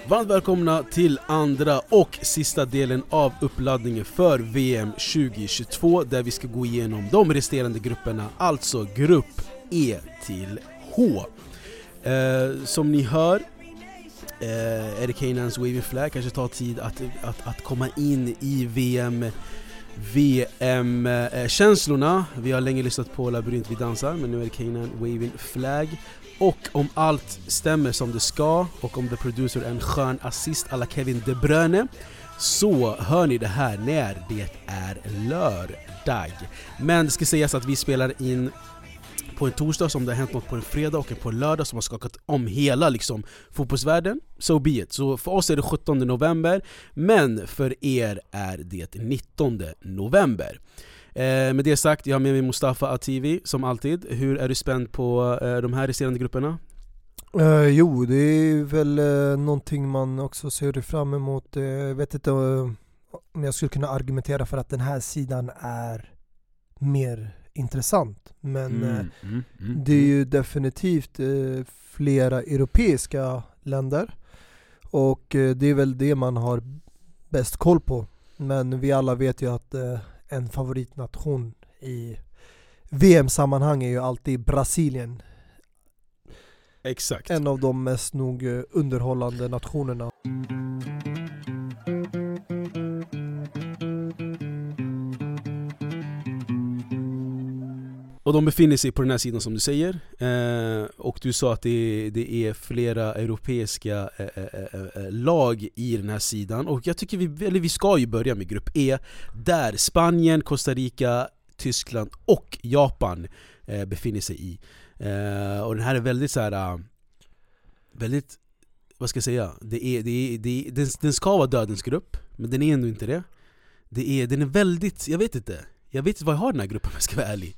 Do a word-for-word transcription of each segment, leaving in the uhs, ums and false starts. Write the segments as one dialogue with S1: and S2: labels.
S1: Varmt välkomna till andra och sista delen av uppladdningen för V M tjugohundratjugotvå, där vi ska gå igenom de resterande grupperna, alltså grupp E till H. Eh, som ni hör, eh, Erik Heinans Waving Flag kanske tar tid att, att, att komma in i V M V M-känslorna. Vi har länge lyssnat på Labyrint vi dansar, men nu är det Heinan Waving Flag. Och om allt stämmer som det ska, och om the producer är en skön assist alla Kevin De Bruyne, så hör ni det här när det är lördag. Men det ska sägas att vi spelar in på en torsdag, som det har hänt något på en fredag, och på en lördag som har skakat om hela liksom fotbollsvärlden. So be it. Så för oss är det sjuttonde november, men för er är det nittonde november. Eh, med det sagt, jag har med mig Mustafa Ativi som alltid. Hur är du spänd på eh, de här resterande grupperna?
S2: Uh, jo, det är väl uh, någonting man också ser fram emot. Uh, jag vet inte uh, om jag skulle kunna argumentera för att den här sidan är mer intressant. Men mm, uh, mm, mm, det är ju definitivt uh, flera europeiska länder. Och uh, det är väl det man har bäst koll på. Men vi alla vet ju att uh, en favoritnation i V M-sammanhang är ju alltid Brasilien.
S1: Exakt.
S2: En av de mest nog underhållande nationerna.
S1: Och de befinner sig på den här sidan som du säger. Eh, och du sa att det, det är flera europeiska eh, eh, eh, lag i den här sidan. Och jag tycker vi, eller vi ska ju börja med grupp E, där Spanien, Costa Rica, Tyskland och Japan eh, befinner sig i. Uh, och den här är väldigt så här, uh, väldigt, vad ska jag säga, det är, det är, det är, den, den ska vara dödens grupp, men den är ändå inte det. Det är, den är väldigt, jag vet inte, jag vet inte vad jag har den här gruppen om jag ska vara ärlig.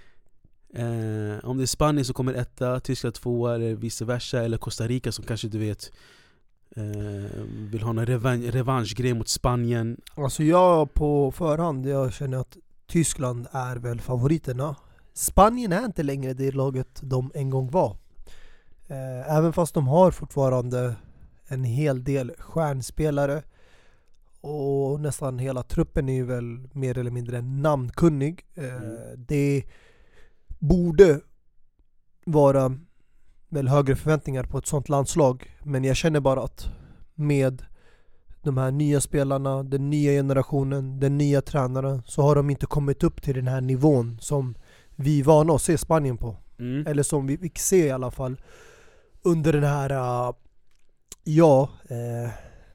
S1: Uh, om det är Spanien som kommer etta, Tyskland tvåa, eller vice versa, eller Costa Rica som kanske du vet uh, vill ha en revan- revanschgrej mot Spanien.
S2: Alltså jag på förhand, jag känner att Tyskland är väl favoriterna. Spanien är inte längre det laget de en gång var. Eh, även fast de har fortfarande en hel del stjärnspelare. Och nästan hela truppen är ju väl mer eller mindre namnkunnig. Eh, mm. Det borde vara väl högre förväntningar på ett sånt landslag. Men jag känner bara att med de här nya spelarna, den nya generationen, den nya tränaren, så har de inte kommit upp till den här nivån som vi är vana att se Spanien på. Mm. Eller som vi fick se i alla fall under den här uh, ja uh,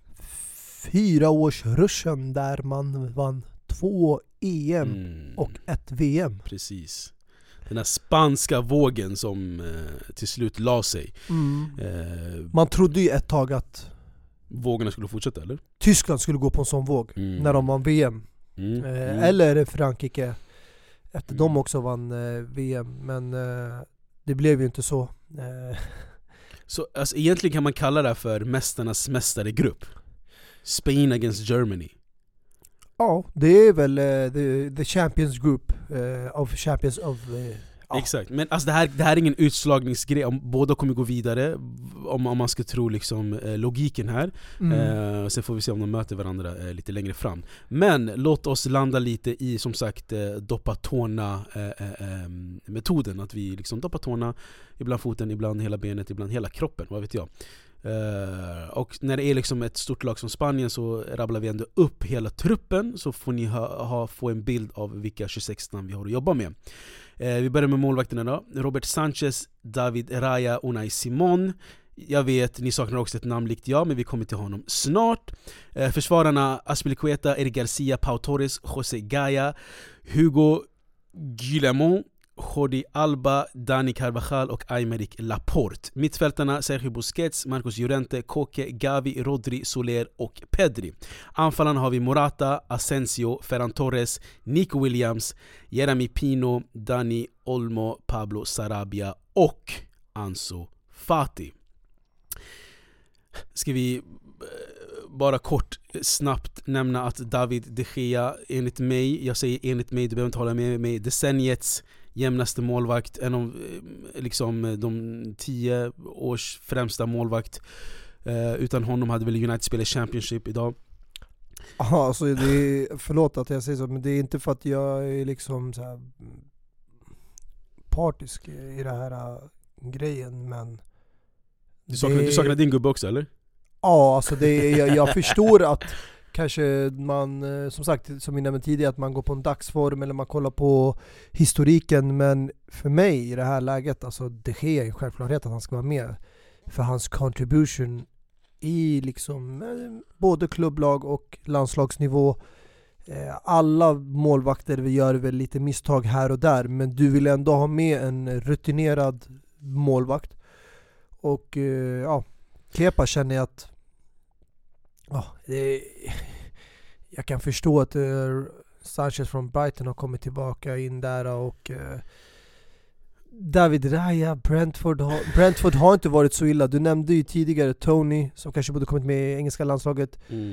S2: fyra års ruschen där man vann två E M mm. och ett V M.
S1: Precis. Den här spanska vågen som uh, till slut la sig.
S2: Mm. Uh, man trodde ju ett tag att
S1: vågorna skulle fortsätta, eller?
S2: Tyskland skulle gå på en sån våg mm. när de vann V M. Mm. Uh, mm. Eller Frankrike. Efter mm. de också vann eh, V M. Men eh, det blev ju inte så. Eh.
S1: Så alltså, egentligen kan man kalla det för mästarnas mästaregrupp. Spain against Germany.
S2: Ja, det är väl eh, the, the Champions Group eh, of Champions of... Eh, ja.
S1: Exakt, men alltså, det, här, det här är ingen utslagningsgrej. Om båda kommer gå vidare, om, om man ska tro liksom, eh, logiken här. Mm. Eh, sen får vi se om de möter varandra eh, lite längre fram. Men låt oss landa lite i, som sagt, eh, doppa tårna eh, eh, metoden. Att vi liksom doppar tårna, ibland foten, ibland hela benet, ibland hela kroppen, vad vet jag. Uh, och när det är liksom ett stort lag som Spanien, så rabblar vi ändå upp hela truppen, så får ni ha, ha, få en bild av vilka tjugosex namn vi har att jobba med. uh, Vi börjar med målvakterna då. Robert Sanchez, David Raya, Unai Simon. Jag vet, ni saknar också ett namn likt jag, men vi kommer till honom snart. uh, Försvararna Azpilicueta, Eric Garcia, Pau Torres, José Gaya, Hugo Guillamon, Jordi Alba, Dani Carvajal och Aymeric Laporte. Mittfältarna Sergio Busquets, Marcos Llorente, Koke, Gavi, Rodri, Soler och Pedri. Anfallarna har vi Morata, Asensio, Ferran Torres, Nico Williams, Jeremy Pino, Dani Olmo, Pablo Sarabia och Ansu Fati. Ska vi bara kort snabbt nämna att David De Gea, enligt mig, jag säger enligt mig, du behöver inte hålla med mig, decenniets jämnaste målvakt, en av liksom de tio års främsta målvakt. Uh, utan honom hade väl United spelat Championship idag.
S2: Ja, alltså det är, förlåt att jag säger så, men det är inte för att jag är liksom så här partisk i det här uh, grejen, men
S1: du saknar,
S2: det...
S1: du saknar din gubbe också, eller?
S2: Ja, alltså det är, jag, jag förstår att kanske man, som sagt, som vi nämnde tidigare, att man går på en dagsform eller man kollar på historiken, men för mig i det här läget, alltså det sker en självklarhet att han ska vara med, för hans contribution i liksom både klubblag och landslagsnivå. Alla målvakter vi gör väl lite misstag här och där, men du vill ändå ha med en rutinerad målvakt. Och ja, Kepa känner jag att ja, det, jag kan förstå att uh, Sanchez från Brighton har kommit tillbaka in där, och uh, David Raya, Brentford har, Brentford har inte varit så illa. Du nämnde ju tidigare Tony som kanske borde kommit med i engelska landslaget.
S1: Mm.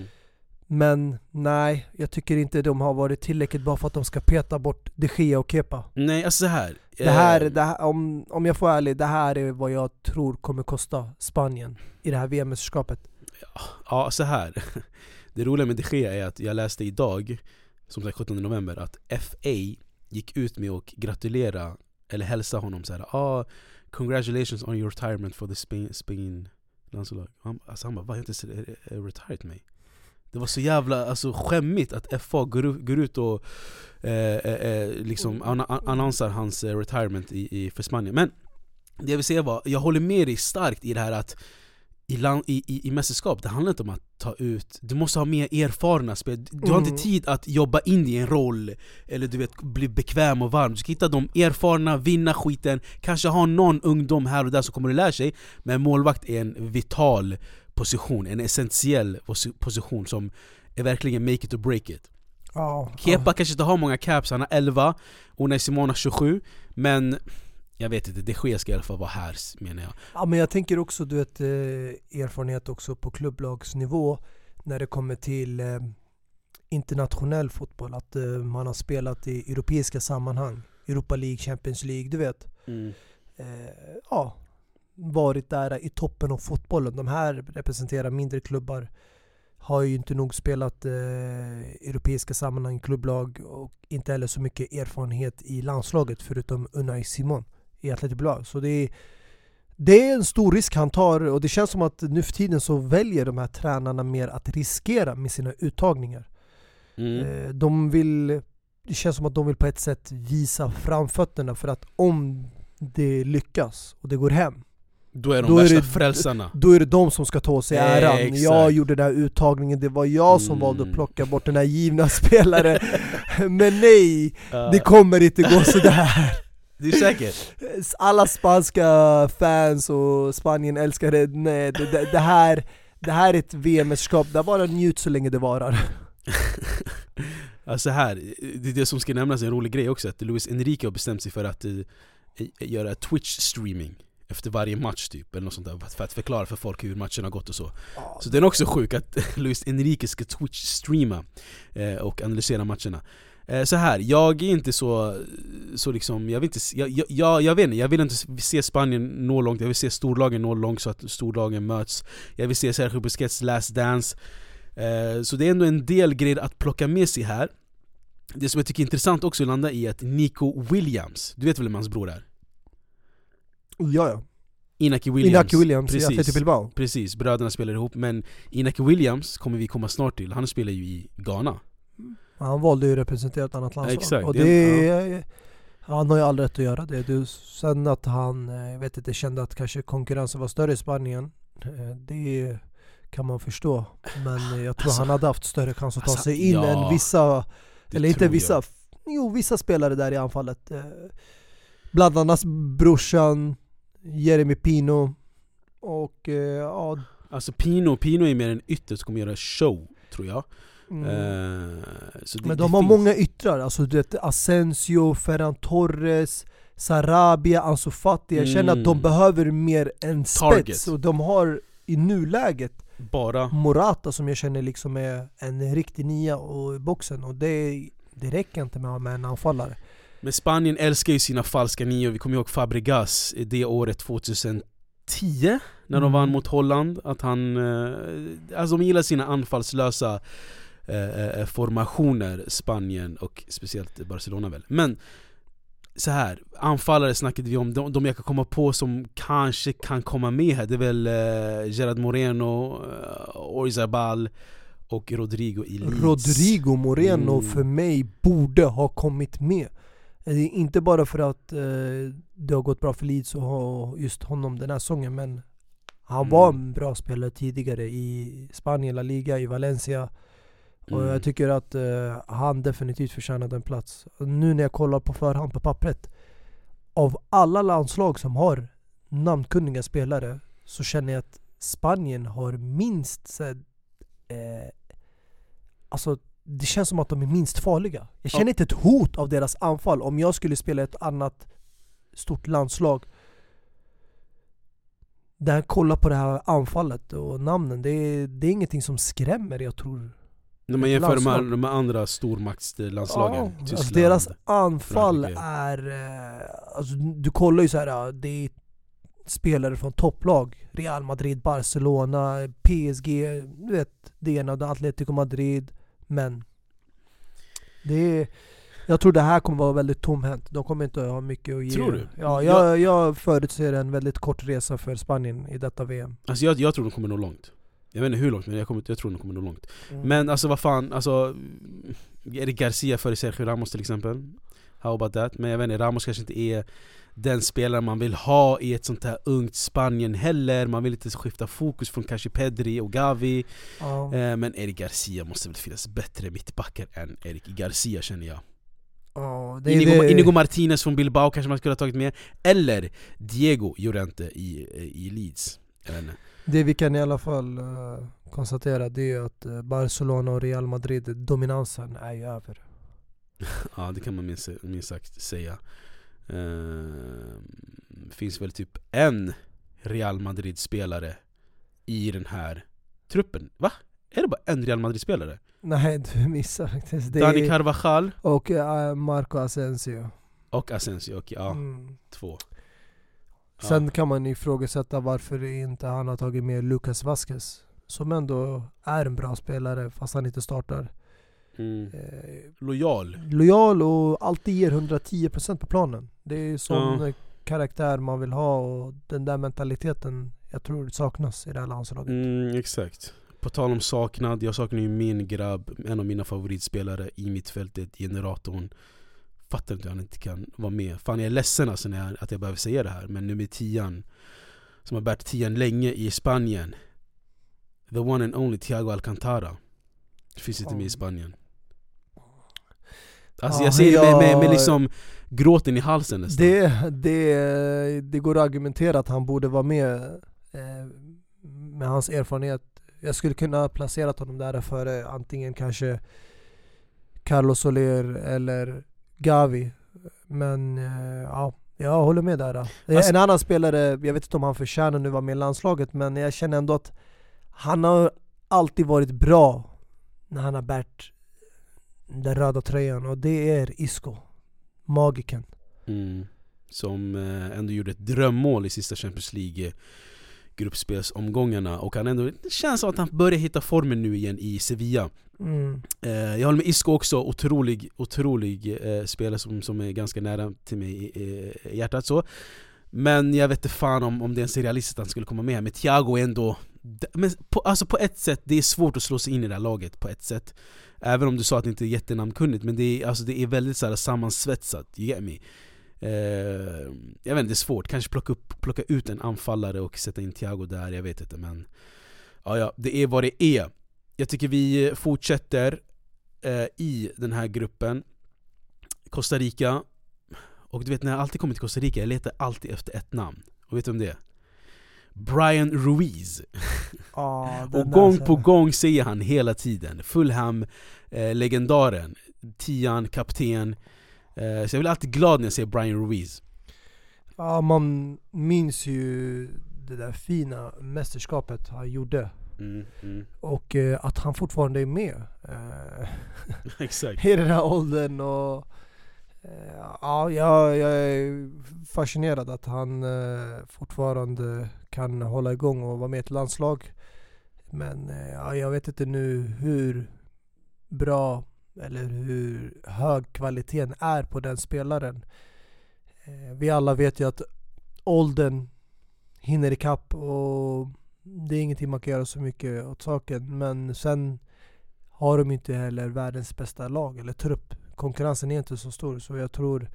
S2: Men nej, jag tycker inte de har varit tillräckligt bra för att de ska peta bort De Gea och Kepa.
S1: Nej, alltså så här.
S2: Det här, det här om, om jag får ärlig, det här är vad jag tror kommer kosta Spanien i det här V M-mästerskapet.
S1: Ja, ja, så här. Det roliga med De Gea är att jag läste idag, som sagt sjuttonde november, att F A gick ut med och gratulera eller hälsa honom så här: ah, congratulations on your retirement for the Spain, Spain landslag. Han, alltså han bara, vad heter det, retired mig? Det var så jävla alltså, skämmigt att F A går, går ut och eh, eh, liksom an- annonsar hans eh, retirement i, i, för Spanien. Men det jag vill säga var, jag håller med dig starkt i det här att i, land, i, i, i mästerskap, det handlar inte om att ta ut, du måste ha mer erfarna spel. Du mm. har inte tid att jobba in i en roll eller du vet, bli bekväm och varm. Du ska hitta de erfarna, vinna skiten, kanske ha någon ungdom här och där som kommer att lära sig. Men målvakt är en vital position, en essentiell position som är verkligen make it or break it.
S2: Oh,
S1: Kepa
S2: oh.
S1: kanske inte har många caps, han har elva, Unai Simon har tjugosju, men jag vet inte, det sker ska i alla fall vara här, menar jag.
S2: Ja, men jag tänker också, du vet, eh, erfarenhet också på klubblagsnivå när det kommer till eh, internationell fotboll, att eh, man har spelat i europeiska sammanhang, Europa League, Champions League, du vet.
S1: Mm.
S2: Eh, ja, varit där i toppen av fotbollen. De här representerar mindre klubbar, har ju inte nog spelat eh, europeiska sammanhang, klubblag, och inte heller så mycket erfarenhet i landslaget förutom Unai Simon i Athletic Bilbao. Så det är, det är en stor risk han tar, och det känns som att nu för tiden så väljer de här tränarna mer att riskera med sina uttagningar.
S1: Mm.
S2: Eh, de vill, det känns som att de vill på ett sätt visa framfötterna, för att om det lyckas och det går hem,
S1: då är de
S2: då
S1: värsta
S2: är det,
S1: frälsarna.
S2: Då är det de som ska ta sig äran.
S1: Exakt.
S2: Jag gjorde den här uttagningen, det var jag som
S1: Mm.
S2: valde att plocka bort den här givna spelare. Men nej,
S1: Uh.
S2: det kommer inte gå så där.
S1: Det är säkert.
S2: Alla spanska fans och Spanien älskar det. Nej, det, det, det, här, det här är ett V M-mästerskap, där bara njut så länge det varar.
S1: Alltså här, det är det som ska nämnas, en rolig grej också, att Luis Enrique har bestämt sig för att uh, göra Twitch-streaming efter varje match typ, eller något sånt där, för att förklara för folk hur matchen har gått och så. Oh, så det är också sjukt att Luis Enrique ska Twitch-streama eh, och analysera matcherna. Eh, så här, jag är inte så, så liksom, jag vill inte, jag, jag, jag, jag vet inte, jag vill inte se Spanien nå långt, jag vill se storlagen nå långt så att storlagen möts. Jag vill se Sergio Busquets last dance. Eh, så det är ändå en del grejer att plocka med sig här. Det som jag tycker är intressant också att landa i att Nico Williams, du vet väl vem hans bror är?
S2: Ja, ja.
S1: Inaki Williams,
S2: Inaki Williams
S1: precis,
S2: i Athletic Bilbao.
S1: Precis, bröderna spelar ihop. Men Inaki Williams kommer vi komma snart till. Han spelar ju i Ghana.
S2: Han valde ju att representera ett annat landslag.
S1: Exakt,
S2: och det, ja. Han har ju all rätt att göra det. Du, sen att han, jag vet inte, kände att kanske konkurrensen var större i Spanien, det kan man förstå. Men jag tror alltså, han hade haft större chans att ta alltså, sig in ja, än vissa, eller inte vissa, jag. jo vissa spelare där i anfallet. Bland annat brorsan Jeremy Pino och ja.
S1: Alltså Pino, Pino är mer en ytter som kommer göra show, tror jag.
S2: Mm.
S1: Uh, så det,
S2: men de
S1: det
S2: har
S1: finns...
S2: många yttrar, alltså du vet, Asensio, Ferran Torres, Sarabia, Ansu Fati. Jag känner mm. att de behöver mer en spets, och de har i nuläget
S1: bara
S2: Morata som jag känner liksom är en riktig nia och i boxen, och det, det räcker inte med att ha med en anfallare.
S1: Men Spanien älskar ju sina falska nior. Vi kommer ihåg Fabregas det året tjugohundratio tio när de
S2: Mm.
S1: vann mot Holland. Att han, eh, alltså de gillar sina anfallslösa eh, formationer, Spanien och speciellt Barcelona väl. Men så här, anfallare snackade vi om, de, de jag kan komma på som kanske kan komma med här, det är väl eh, Gerard Moreno, eh, Oyarzabal och Rodrigo i Leeds.
S2: Rodrigo Moreno
S1: Mm.
S2: för mig borde ha kommit med. Det är inte bara för att eh, det har gått bra för Leeds och ha just honom den här säsongen, men han
S1: Mm.
S2: var en bra spelare tidigare i Spanien, La Liga, i Valencia. Och
S1: Mm.
S2: jag tycker att eh, han definitivt förtjänar en plats. Och nu när jag kollar på förhand på pappret, av alla landslag som har namnkunniga spelare, så känner jag att Spanien har minst så här, eh, alltså det känns som att de är minst farliga. Jag känner
S1: Ja.
S2: inte ett hot av deras anfall. Om jag skulle spela ett annat stort landslag, där jag kollar på det här anfallet och namnen, det är, det är ingenting som skrämmer, jag tror.
S1: När man jämför de här,
S2: landslag.
S1: de här andra stormaktslandslagen,
S2: Ja,
S1: Tyskland,
S2: alltså deras anfall
S1: Frankrike.
S2: är eh, alltså, du kollar ju så här, det är spelare från topplag, Real Madrid, Barcelona, P S G, du vet, det ena, det Atletico Madrid, men det är, jag tror det här kommer vara väldigt tomhänt. De kommer inte ha mycket att ge.
S1: Tror du?
S2: Ja, jag, jag förutser en väldigt kort resa för Spanien i detta V M.
S1: Alltså jag, jag tror de kommer nå långt. Jag vet inte hur långt, men jag, kommer, jag tror de kommer nå långt.
S2: Mm.
S1: Men alltså vad fan, alltså Eric Garcia före Sergio Ramos till exempel. How about that? Men jag vet inte, Ramos kanske inte är den spelare man vill ha i ett sånt här ungt Spanien heller. Man vill inte skifta fokus från kanske Pedri och Gavi.
S2: Ja.
S1: eh, Men Eric Garcia måste väl finnas bättre mittbackar än Eric Garcia, känner jag.
S2: Ja, det är
S1: Inigo,
S2: det.
S1: Inigo Martinez från Bilbao kanske man skulle ha tagit med. Eller Diego Llorente i, i Leeds. Jag vet inte.
S2: Det vi kan i alla fall uh, konstatera, det är att uh, Barcelona och Real Madrid, dominansen är ju över.
S1: Ja, det kan man minst, minst sagt säga. Uh, finns väl typ en Real Madrid-spelare i den här truppen. Va? Är det bara en Real Madrid-spelare?
S2: Nej, du missar faktiskt. Det
S1: Dani
S2: är,
S1: Carvajal
S2: och uh, Marco Asensio.
S1: och Asensio. Och, ja,
S2: Mm.
S1: två. Ja.
S2: Sen kan man ifrågasätta varför inte han har tagit med Lucas Vázquez, som ändå är en bra spelare fast han inte startar.
S1: Mm.
S2: Eh,
S1: Lojal.
S2: lojal och alltid ger hundratio procent på planen. Det är sån
S1: Ja.
S2: eh, karaktär man vill ha, och den där mentaliteten jag tror saknas i det här landslaget.
S1: Mm, exakt. På tal om saknad, jag saknar ju min grabb, en av mina favoritspelare i mittfältet, generatorn. Fattar inte hur han inte kan vara med. Fan, jag är ledsen alltså när jag, att jag behöver säga det här. Men nummer tian, som har bärt tian länge i Spanien, the one and only Thiago Alcantara, finns inte med i Spanien. Alltså
S2: Ja,
S1: jag ser det med, med, med
S2: jag-
S1: liksom gråten i halsen nästan.
S2: Det, det, det går att argumentera att han borde vara med eh, med hans erfarenhet. Jag skulle kunna placera honom där före antingen kanske Carlos Soler eller Gavi. Men eh, ja, jag håller med där.
S1: Alltså-
S2: En annan spelare, jag vet inte om han förtjänar nu att vara med i landslaget, men jag känner ändå att han har alltid varit bra när han har bärt den röda tröjan, och det är Isco, magiken.
S1: Mm. Som eh, ändå gjorde ett drömmål i sista Champions League gruppspelsomgångarna, och han ändå, det känns som att han börjar hitta formen nu igen i Sevilla.
S2: Mm.
S1: Eh, jag håller med Isco också, otrolig, otrolig eh, spelare som, som är ganska nära till mig i, i, i hjärtat så. Men jag vet inte fan om, om det ens är realistiskt att han skulle komma med. Men Thiago är ändå, men på, alltså på ett sätt, det är svårt att slå sig in i det här laget på ett sätt. Även om du sa att det inte är jättenamnkunnigt, men det är, alltså det är väldigt så här sammansvetsat, you get me. Eh, jag vet inte, det är svårt. Kanske plocka, upp, plocka ut en anfallare och sätta in Thiago där, jag vet inte. Men ja, ja, det är vad det är. Jag tycker vi fortsätter eh, i den här gruppen. Costa Rica. Och du vet, när jag alltid kommer till Costa Rica, jag letar alltid efter ett namn. Och vet du om det är? Brian Ruiz.
S2: Ah,
S1: Och gång på gång säger han hela tiden. Fulham, eh, legendaren, tian, kapten. Eh, så jag blir alltid glad när jag ser Brian Ruiz.
S2: Ja, man minns ju det där fina mästerskapet han gjorde.
S1: Mm, mm.
S2: Och eh, att han fortfarande är med eh,
S1: Exakt.
S2: i den här åldern. Och, eh, ja, jag, jag är fascinerad att han eh, fortfarande kan hålla igång och vara med i ett landslag. Men eh, ja, jag vet inte nu hur bra eller hur hög kvaliteten är på den spelaren. Eh, vi alla vet ju att åldern hinner ikapp och det är ingenting man kan göra så mycket åt saken. Men sen har de inte heller världens bästa lag eller trupp. Konkurrensen är inte så stor, så jag tror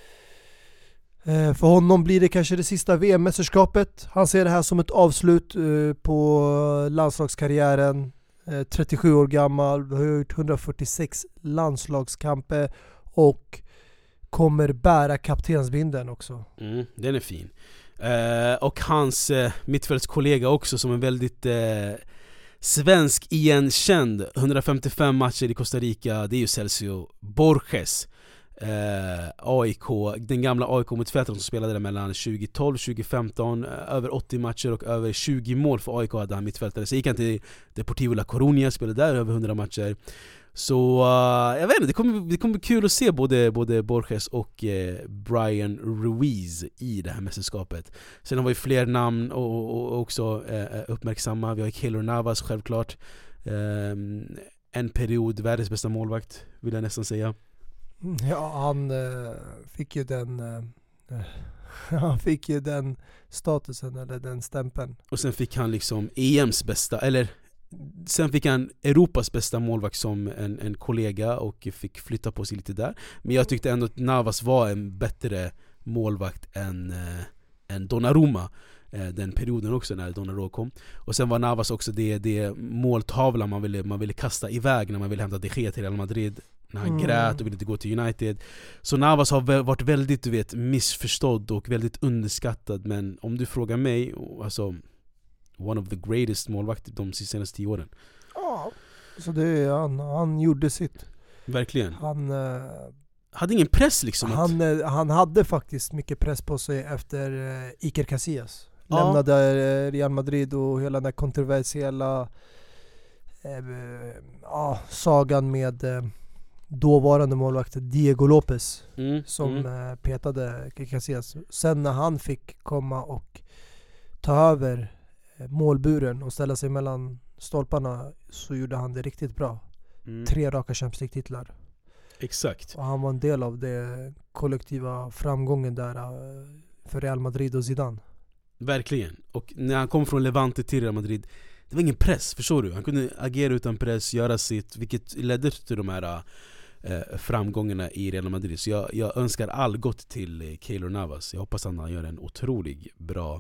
S2: eh, för honom blir det kanske det sista V M-mästerskapet. Han ser det här som ett avslut eh, på landslagskarriären. eh, trettiosju år gammal, har gjort hundrafyrtiosex landslagskamper och kommer bära kaptensbindeln också.
S1: Mm, den är fin. Eh, och hans eh, mittfältskollega också, som är väldigt eh, svensk igenkänd, hundrafemtiofem matcher i Costa Rica, det är ju Celso Borges. eh, A I K, den gamla A I K-mittfältaren som spelade där mellan tjugotolv tjugofemton, över åttio matcher och över tjugo mål för A I K hade han mittfältare. Så gick han till Deportivo La Coruña, spelade där över hundra matcher. Så uh, jag vet inte, det kommer, det kommer bli kul att se både, både Borges och eh, Brian Ruiz i det här mästerskapet. Sen har vi fler namn och, och, och också eh, uppmärksamma. Vi har Keylor Navas självklart. Eh, en period världens bästa målvakt, vill jag nästan säga.
S2: Ja, han eh, fick ju den eh, han fick ju den statusen eller den stämpeln.
S1: Och sen fick han liksom E M:s bästa, eller sen fick han Europas bästa målvakt som en, en kollega och fick flytta på sig lite där. Men jag tyckte ändå att Navas var en bättre målvakt än, äh, än Donnarumma äh, den perioden också när Donnarumma kom. Och sen var Navas också det, det måltavla man ville, man ville kasta iväg när man ville hämta De Gea till Real Madrid, när han mm. grät och ville inte gå till United. Så Navas har varit väldigt, du vet, missförstådd och väldigt underskattad. Men om du frågar mig, alltså one of the greatest målvakter de senaste tio åren.
S2: Ja, så det han, han gjorde sitt.
S1: Verkligen.
S2: Han uh,
S1: hade ingen press liksom.
S2: Han,
S1: att...
S2: uh, han hade faktiskt mycket press på sig efter uh, Iker Casillas.
S1: Ja.
S2: Lämnade uh, Real Madrid och hela den där kontroversiella uh, uh, sagan med uh, dåvarande målvakten Diego Lopez
S1: mm,
S2: som
S1: mm.
S2: Uh, petade Casillas. Sen när han fick komma och ta över målburen och ställa sig mellan stolparna, så gjorde han det riktigt bra. Mm. Tre raka Champions League-titlar.
S1: Exakt.
S2: Och han var en del av det kollektiva framgången där för Real Madrid och Zidane.
S1: Verkligen. Och när han kom från Levante till Real Madrid, det var ingen press, förstår du? Han kunde agera utan press, göra sitt, vilket ledde till de här äh, framgångarna i Real Madrid. Så jag, jag önskar all gott till äh, Keylor Navas. Jag hoppas att han gör en otroligt bra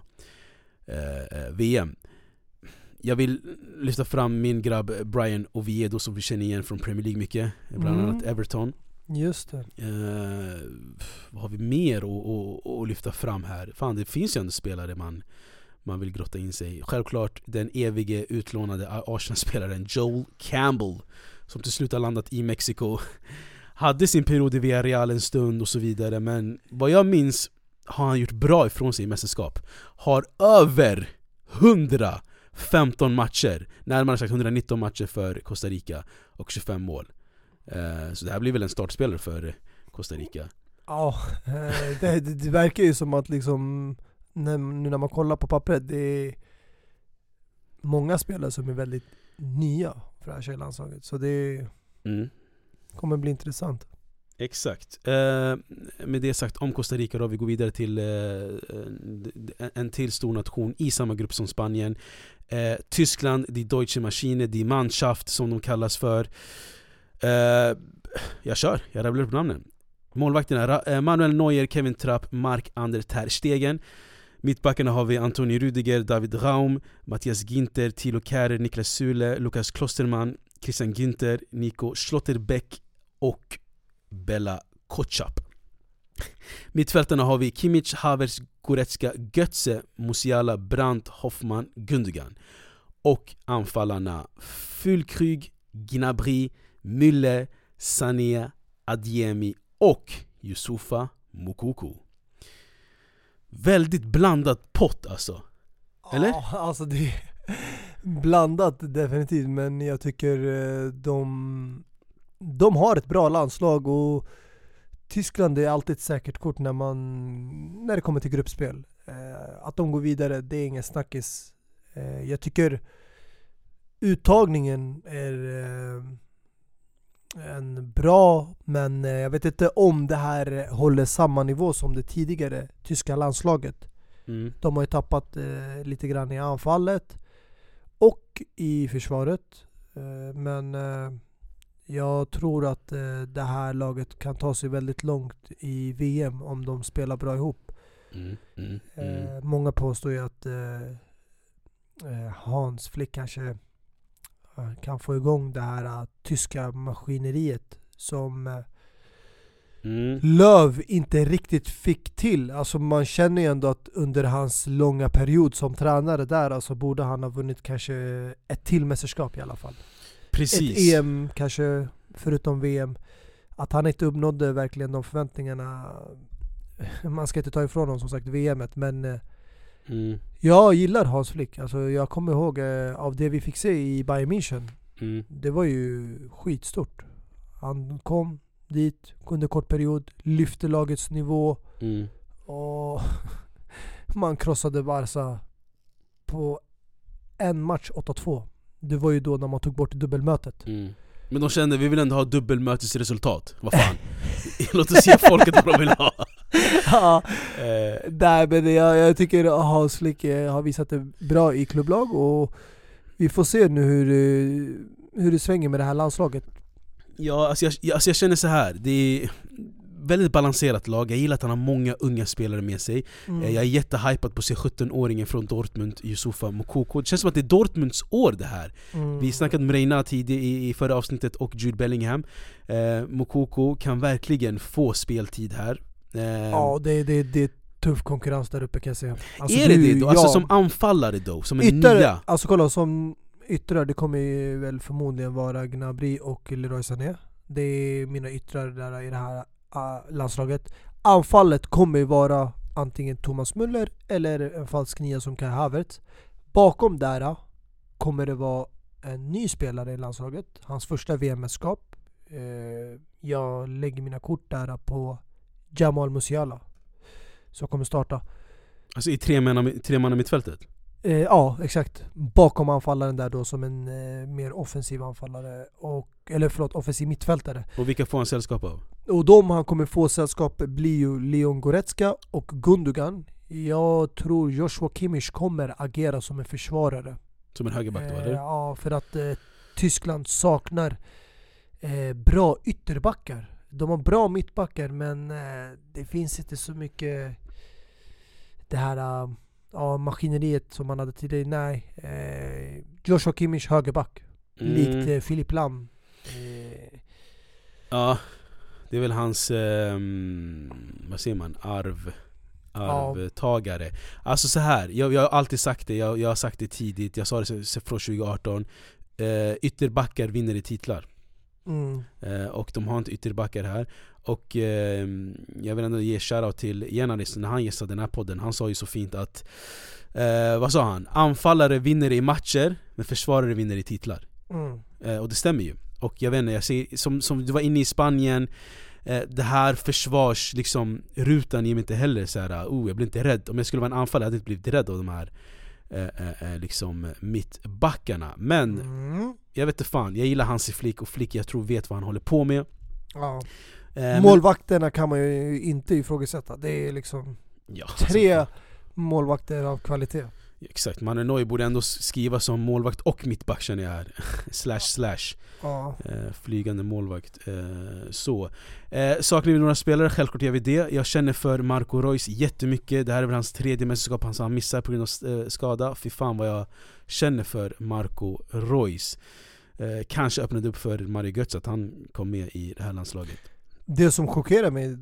S1: Uh, V M. Jag vill lyfta fram min grabb Brian Oviedo som vi känner igen från Premier League mycket, bland mm. annat Everton.
S2: Just det.
S1: Uh, vad har vi mer att, att, att lyfta fram här? Fan, det finns ju en spelare man, man vill grotta in sig. Självklart den evige utlånade Arsenal-spelaren Joel Campbell, som till slut har landat i Mexiko. Hade sin period i Villarreal en stund och så vidare, men vad jag minns har han gjort bra ifrån sig i mästerskap. Har över hundrafemton matcher, närmare sagt hundranitton matcher för Costa Rica och tjugofem mål. uh, Så det här blir väl en startspelare för Costa Rica.
S2: Ja, det, det, det verkar ju som att liksom när, nu när man kollar på pappret, det är många spelare som är väldigt nya för det här tjejlandslaget. Så det mm. kommer bli intressant.
S1: Exakt. Eh, med det sagt om Costa Rica då, vi går vidare till eh, en till stor nation i samma grupp som Spanien. Eh, Tyskland, die Deutsche Maschine, die Mannschaft som de kallas för. Eh, jag kör, jag rabblar upp namnen. Målvakterna eh, Manuel Neuer, Kevin Trapp, Marc-André ter Stegen. Mittbackarna har vi Antonio Rüdiger, David Raum, Matthias Ginter, Thilo Kehrer, Niklas Süle, Lukas Klostermann, Christian Günther, Nico Schlotterbeck och Bella Kotschap. Mittfältarna har vi Kimmich, Havertz, Goretzka, Götze, Musiala, Brandt, Hoffman, Gundogan. Och anfallarna Füllkrug, Gnabry, Müller, Sané, Adeyemi och Youssoufa Moukoko. Väldigt blandat pott alltså. Eller?
S2: Ja, alltså det är blandat definitivt, men jag tycker de de har ett bra landslag och Tyskland är alltid ett säkert kort när man när det kommer till gruppspel. Eh, att de går vidare, det är ingen snackis. Eh, jag tycker uttagningen är eh, en bra, men eh, jag vet inte om det här håller samma nivå som det tidigare tyska landslaget.
S1: Mm.
S2: De har ju tappat eh, lite grann i anfallet och i försvaret. Eh, men eh, jag tror att eh, det här laget kan ta sig väldigt långt i V M om de spelar bra ihop.
S1: Mm. Mm. Mm.
S2: Eh, många påstår ju att eh, eh, Hans Flick kanske eh, kan få igång det här uh, tyska maskineriet som eh,
S1: Mm.
S2: Löv inte riktigt fick till. Alltså man känner ju ändå att under hans långa period som tränare där, alltså borde han ha vunnit kanske ett till mästerskap i alla fall.
S1: Precis.
S2: Ett E M kanske, förutom V M. Att han inte uppnådde verkligen de förväntningarna. Man ska inte ta ifrån honom som sagt V M-et, men eh,
S1: Mm.
S2: jag gillar Hans Flick. Alltså jag kommer ihåg eh, av det vi fick se i Bayern München.
S1: Mm.
S2: Det var ju skitstort. Han kom dit under kort period, lyfte lagets nivå
S1: Mm.
S2: och man krossade Barca på en match åtta två. Det var ju då när man tog bort dubbelmötet.
S1: Mm. Men de kände, vi vill ändå ha dubbelmötesresultat. Vad fan? Låt oss ge folket vad de vill ha.
S2: Ja,
S1: eh.
S2: nej, men jag, jag tycker att Hans Flick har visat det bra i klubblag och vi får se nu hur, hur det svänger med det här landslaget.
S1: Ja, alltså jag, alltså jag känner så här. Det är väldigt balanserat lag. Jag gillar att han har många unga spelare med sig. Mm. Jag är jättehypad på att se sjutton-åringen från Dortmund, Youssoufa Moukoko. Det känns som att det är Dortmunds år det här. Mm. Vi snackade med Reina tidigt i, i förra avsnittet och Jude Bellingham. Eh, Moukoko kan verkligen få speltid här. Eh,
S2: ja, det, det, det är tuff konkurrens där uppe kan jag säga. Alltså,
S1: är det
S2: du,
S1: det då?
S2: ja,
S1: alltså som anfallare då? Som en
S2: yttre,
S1: nya?
S2: Alltså kolla, som yttrar, det kommer ju väl förmodligen vara Gnabry och Leroy Sané. Det är mina yttrar där i det här uh, landslaget. Anfallet kommer ju vara antingen Thomas Müller eller en falsk nia som Kai Havertz. Bakom där uh, kommer det vara en ny spelare i landslaget. Hans första V M-mästerskap. Uh, jag lägger mina kort där uh, på Jamal Musiala. Så kommer starta.
S1: Alltså i tre man, tre man i mittfältet?
S2: Eh, ja, exakt. Bakom anfallaren där då som en eh, mer offensiv anfallare. Och, eller förlåt, offensiv mittfältare.
S1: Och vilka får han sällskap av?
S2: Och de han kommer få sällskap blir ju Leon Goretzka och Gundogan. Jag tror Joshua Kimmich kommer agera som en försvarare.
S1: Som en högerback då,
S2: eh,
S1: eller?
S2: Ja, för att eh, Tyskland saknar eh, bra ytterbackar. De har bra mittbackar, men eh, det finns inte så mycket det här uh, ja, maskineriet som man hade tidigare. Nej, eh, Joshua Kimmich högerback. Mm. Likt eh, Philipp Lahm. Eh.
S1: Ja, det är väl hans eh, vad säger man? Arv arvtagare. Ja. Alltså så här, jag, jag har alltid sagt det, jag, jag har sagt det tidigt, jag sa det från tjugo arton. Eh, ytterbackar vinner i titlar.
S2: Mm.
S1: Eh, och de har inte ytterbackar här. Och eh, jag vill ändå ge shoutout till Jenanis när han gästade den här podden. Han sa ju så fint att eh, vad sa han? Anfallare vinner i matcher, men försvarare vinner i titlar.
S2: Mm.
S1: Eh, och det stämmer ju. Och jag vet inte, jag ser, som, som du var inne i Spanien, eh, det här försvars liksom, rutan ger mig inte heller så här, oh, jag blir inte rädd. Om jag skulle vara en anfallare hade jag inte blivit rädd av de här eh, eh, liksom mittbackarna. Men mm. jag vet inte fan, jag gillar Hansi Flick, och Flick jag tror vet vad han håller på med.
S2: Ja. Eh, Målvakterna kan man ju inte ifrågasätta. Det är liksom ja, tre alltså, målvakter av kvalitet.
S1: Exakt, Manuel Neuer borde ändå skriva som målvakt och mittback känner jag här. slash slash
S2: ja.
S1: eh, flygande målvakt. eh, Så eh, saknar vi några spelare, självklart gör vi det. Jag känner för Marco Reus jättemycket. Det här är väl hans tredje mästerskap han, han missar på grund av eh, skada. Fy fan vad jag känner för Marco Reus. eh, Kanske öppnade upp för Mario Götze att han kom med i det här landslaget.
S2: Det som chockerar mig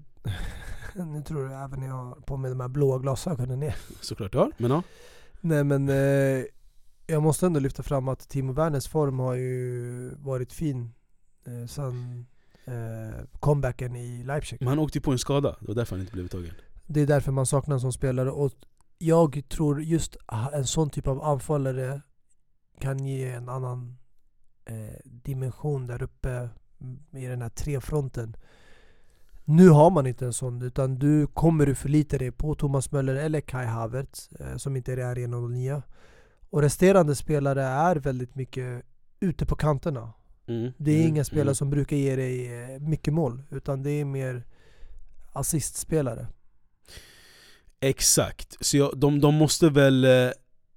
S2: nu tror jag även när jag har på med de här blåa glasögonen ner.
S1: Såklart ja, men ja.
S2: Nej men eh, jag måste ändå lyfta fram att Timo Werners form har ju varit fin eh, sen eh, comebacken i Leipzig.
S1: Men han åkte ju på en skada, det var därför han inte blev uttagen.
S2: Det är därför man saknar som spelare, och jag tror just en sån typ av anfallare kan ge en annan eh, dimension där uppe i den här trefronten. Nu har man inte en sån, utan du kommer du förlita dig på Thomas Möller eller Kai Havertz eh, som inte är i noll nio. Och resterande spelare är väldigt mycket ute på kanterna.
S1: Mm.
S2: Det är
S1: mm.
S2: inga spelare
S1: mm.
S2: som brukar ge dig mycket mål, utan det är mer assistspelare.
S1: Exakt. Så jag, de, de måste väl eh,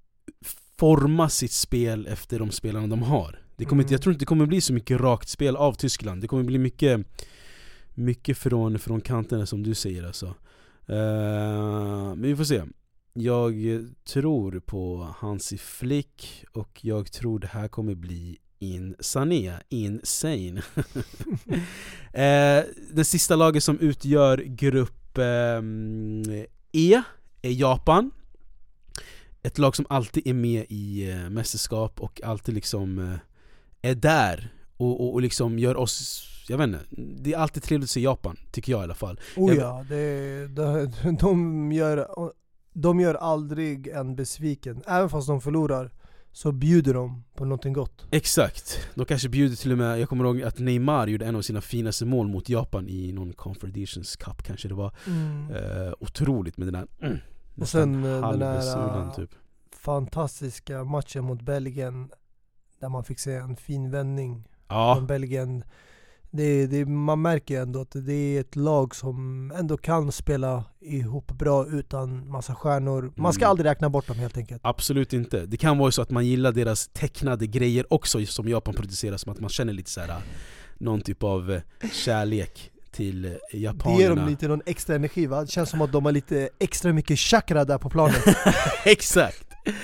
S1: forma sitt spel efter de spelarna de har. Det kommer
S2: Mm.
S1: inte, jag tror inte det kommer bli så mycket rakt spel av Tyskland. Det kommer bli mycket mycket från, från kanterna som du säger alltså. Uh, men vi får se. Jag tror på Hansi Flick och jag tror det här kommer bli Insane, insane. uh, det sista laget som utgör grupp uh, E är Japan. Ett lag som alltid är med i uh, mästerskap och alltid liksom uh, är där och, och, och liksom gör oss, jag vet inte, det är alltid trevligt att se Japan, tycker jag i alla fall.
S2: Oh
S1: jag,
S2: ja, det, de, de, gör, de gör aldrig en besviken. Även fast de förlorar så bjuder de på någonting gott.
S1: Exakt, de kanske bjuder till och med, jag kommer ihåg att Neymar gjorde en av sina finaste mål mot Japan i någon Confederations Cup kanske det var.
S2: Mm.
S1: uh, Otroligt med den där mm,
S2: och sen den
S1: halvsulan,
S2: där
S1: typ.
S2: fantastiska matchen mot Belgien där man fick se en fin vändning
S1: ja.
S2: från Belgien. Det, det, man märker ändå att det är ett lag som ändå kan spela ihop bra utan massa stjärnor. Man ska
S1: mm.
S2: aldrig räkna bort dem helt enkelt.
S1: Absolut inte. Det kan vara så att man gillar deras tecknade grejer också som Japan producerar, som att man känner lite så här någon typ av kärlek till japanerna.
S2: Det ger dem lite någon extra energi, va? Det känns som att de har lite extra mycket chakra där på planen.
S1: Exakt.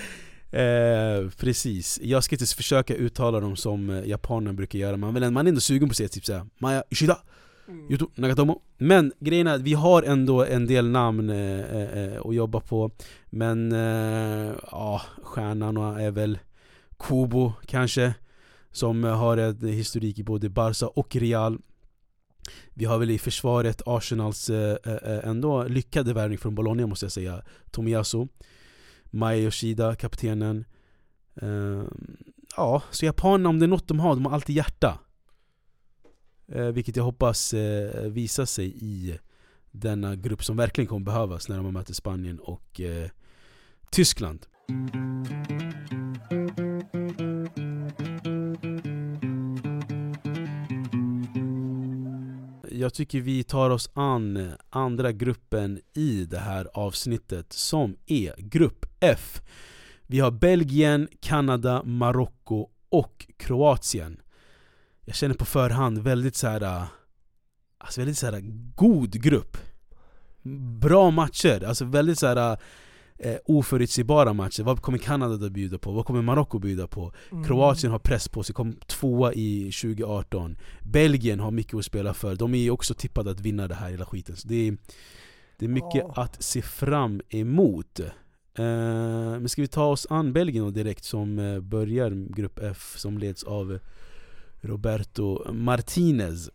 S1: Eh, precis. Jag ska inte försöka uttala dem som japanerna brukar göra. Man, vill, man är ändå sugen på att säga typ såhär Maya Ishida, mm. Yuto Nagatomo. Men grejen är att vi har ändå en del namn eh, eh, att jobba på. Men eh, ja, stjärnorna är väl Kubo kanske, som har en historik i både Barca och Real. Vi har väl i försvaret Arsenals eh, eh, ändå lyckade värvning från Bologna, måste jag säga, Tomiyasu. Maya Yoshida, kaptenen. Uh, ja, så japanerna, om det är något de har, de har alltid hjärta. Uh, vilket jag hoppas uh, visar sig i denna grupp som verkligen kommer behövas när de möter Spanien och uh, Tyskland. Jag tycker vi tar oss an andra gruppen i det här avsnittet, som är grupp F. Vi har Belgien, Kanada, Marocko och Kroatien. Jag känner på förhand väldigt så här, alltså väldigt så här god grupp. Bra matcher, alltså väldigt så här eh, oförutsägbara matcher. Vad kommer Kanada att bjuda på? Vad kommer Marocko bjuda på? Mm. Kroatien har press på sig, kom tvåa i tjugo arton. Belgien har mycket att spela för. De är också tippade att vinna det här hela skiten. Så det är, det är mycket oh. att se fram emot. Uh, men ska vi ta oss an Belgien och direkt, som uh, börjar grupp F, som leds av Roberto Martinez.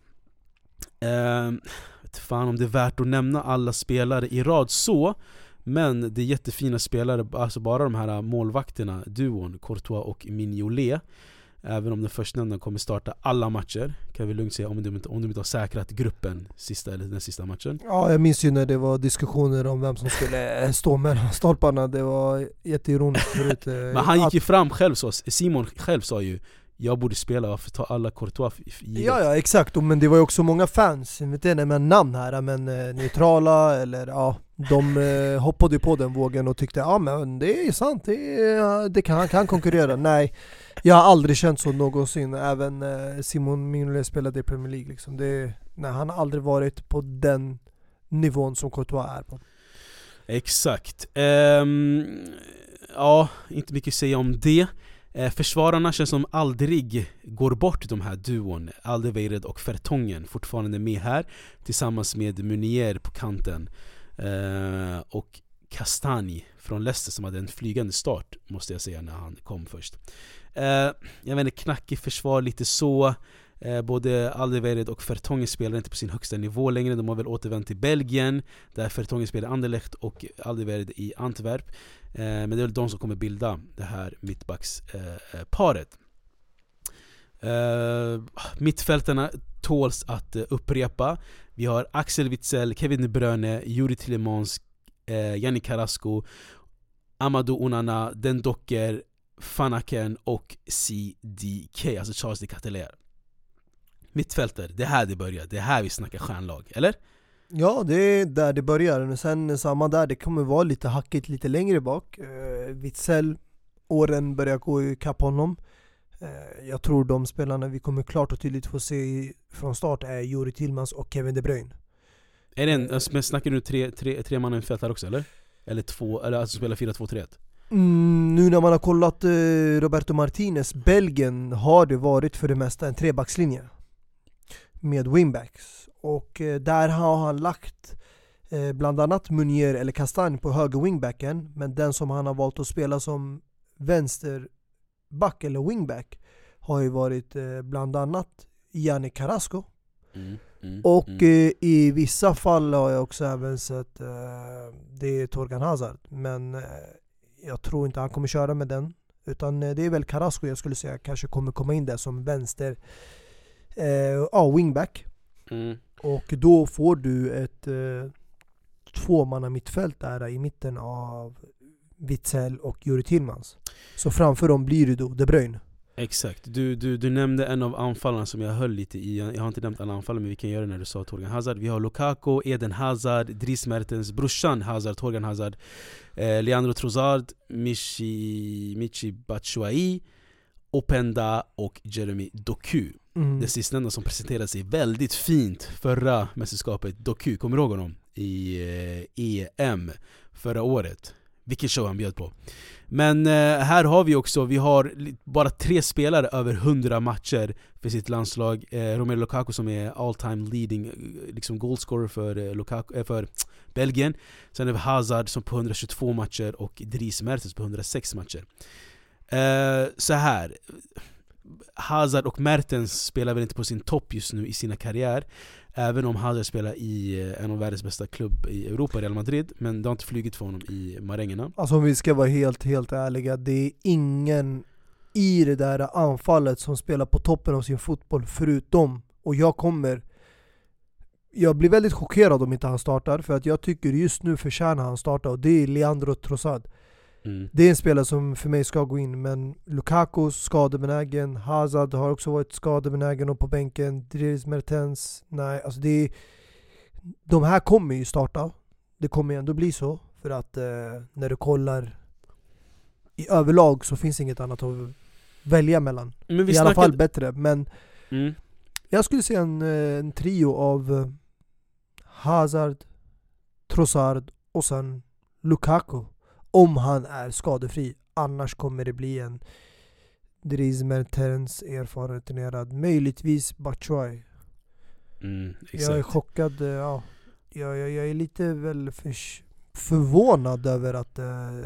S1: Uh, vet fan om det är värt att nämna alla spelare i rad så, men det är jättefina spelare, alltså bara de här målvakterna, duon Courtois och Mignolet. Även om den förstnämnda kommer starta alla matcher, kan vi lugnt säga, om de inte, om de inte har säkrat gruppen sista, eller den sista matchen.
S2: Ja, jag minns ju när det var diskussioner om vem som skulle stå mellan stolparna. Det var jätteironiskt förut.
S1: Men han gick ju fram själv, så Simon själv sa ju, jag borde spela, varför ta alla Courtois givet?
S2: Ja, ja, exakt. Men det var ju också många fans, jag vet inte med namn här, men eh, neutrala, eller ja, de eh, hoppade ju på den vågen och tyckte, ja men det är sant, det, är, det kan, han kan konkurrera. Nej, jag har aldrig känt så någonsin. Även eh, Simon Mignolet spelade i Premier League liksom. Det, nej, han har aldrig varit på den nivån som Courtois är på.
S1: Exakt. Um, ja, inte mycket att säga om det. Eh, försvararna känns som aldrig går bort, de här duon. Alderweireld och Vertonghen fortfarande med här, tillsammans med Meunier på kanten. Eh, och Castagni från Leicester, som hade en flygande start, måste jag säga, när han kom först. Eh, jag vet inte, knackig försvar lite så. Eh, både Alderweireld och Vertonghen spelar inte på sin högsta nivå längre. De har väl återvänt till Belgien, där Vertonghen spelar Anderlecht och Alderweireld i Antwerp. Eh, men det är väl de som kommer bilda det här mittbacksparet. Eh, eh, mittfältarna, tåls att uh, upprepa. Vi har Axel Witsel, Kevin De Bruyne, Yuri Tillemans, uh, Yannick Carrasco, Amadou Onana, Den Docker, Fanaken och C D K, alltså Charles de Ketelaere. Mittfältare, det är här det börjar. Det är här vi snackar stjärnlag, eller?
S2: Ja, det är där det börjar. Sen samma där, det kommer vara lite hackigt lite längre bak. uh, Witsel, åren börjar gå i kapp honom. uh, Jag tror de spelarna vi kommer klart och tydligt få se från start är Yuri Tillemans och Kevin De Bruyne.
S1: Är det en, men snackar du tre, tre, tre man mittfältare också, eller? Eller två, eller alltså spela fyra två tre ett?
S2: Mm, nu när man har kollat uh, Roberto Martinez, Belgien, har det varit för det mesta en trebackslinje med wingbacks. Och uh, där har han lagt uh, bland annat Munier eller Castagne på höger wingbacken. Men den som han har valt att spela som vänsterback eller wingback har ju varit uh, bland annat Yannick Carrasco. Mm, mm, och mm. Uh, i vissa fall har jag också även sett uh, det är Torgan Hazard. Men uh, jag tror inte han kommer köra med den. Utan uh, det är väl Carrasco jag skulle säga kanske kommer komma in där som vänster uh, ja, wingback. Mm. Och då får du ett uh, tvåmanna mittfält där i mitten av Witsel och Yuri Tillemans. Så framför dem blir det då De Bruyne.
S1: Exakt, du, du, du nämnde en av anfallarna som jag höll lite i. Jag har inte nämnt alla anfallare, men vi kan göra det när du sa Torgan Hazard. Vi har Lukaku, Eden Hazard, Dries Mertens, brorsan Hazard, Torgan Hazard, eh, Leandro Trossard, Michi, Michi Batshuayi, Openda och Jeremy Doku. Mm. Det sistnämnda som presenterade sig väldigt fint förra mästerskapet. Doku, kommer du ihåg honom? I eh, E M förra året. Vilken show han bjöd på. Men eh, här har vi också, vi har bara tre spelare över hundra matcher för sitt landslag. eh, Romelu Lukaku som är all time leading liksom goalscorer för, eh, Lukaku, eh, för Belgien. Sen har vi Hazard som på hundratjugotvå matcher och Dries Mertens på hundrasex matcher. eh, Så här, Hazard och Mertens spelar väl inte på sin topp just nu i sina karriär. Även om Hazard spelar i en av världens bästa klubb i Europa, Real Madrid. Men det har inte flugit för honom i marängerna.
S2: Alltså om vi ska vara helt, helt ärliga, det är ingen i det där anfallet som spelar på toppen av sin fotboll förutom. Och jag kommer Jag blir väldigt chockerad om inte han startar. För att jag tycker just nu förtjänar han starta. Och det är Leandro Trossard. Mm. Det är en spelare som för mig ska gå in. Men Lukaku skadebenägen, Hazard har också varit skadebenägen och på bänken, Dries Mertens, nej, alltså det är, de här kommer ju starta. Det kommer ju ändå bli så. För att eh, när du kollar i överlag så finns inget annat att välja mellan. Men vi I alla fall bättre. Men mm. jag skulle säga en, en trio av eh, Hazard, Trossard och sen Lukaku. Om han är skadefri. Annars kommer det bli en Dries Mertens erfarenheterad. Möjligtvis Batshuayi. Mm, jag är chockad. Ja, jag, jag, jag är lite väl för, förvånad över att... Uh,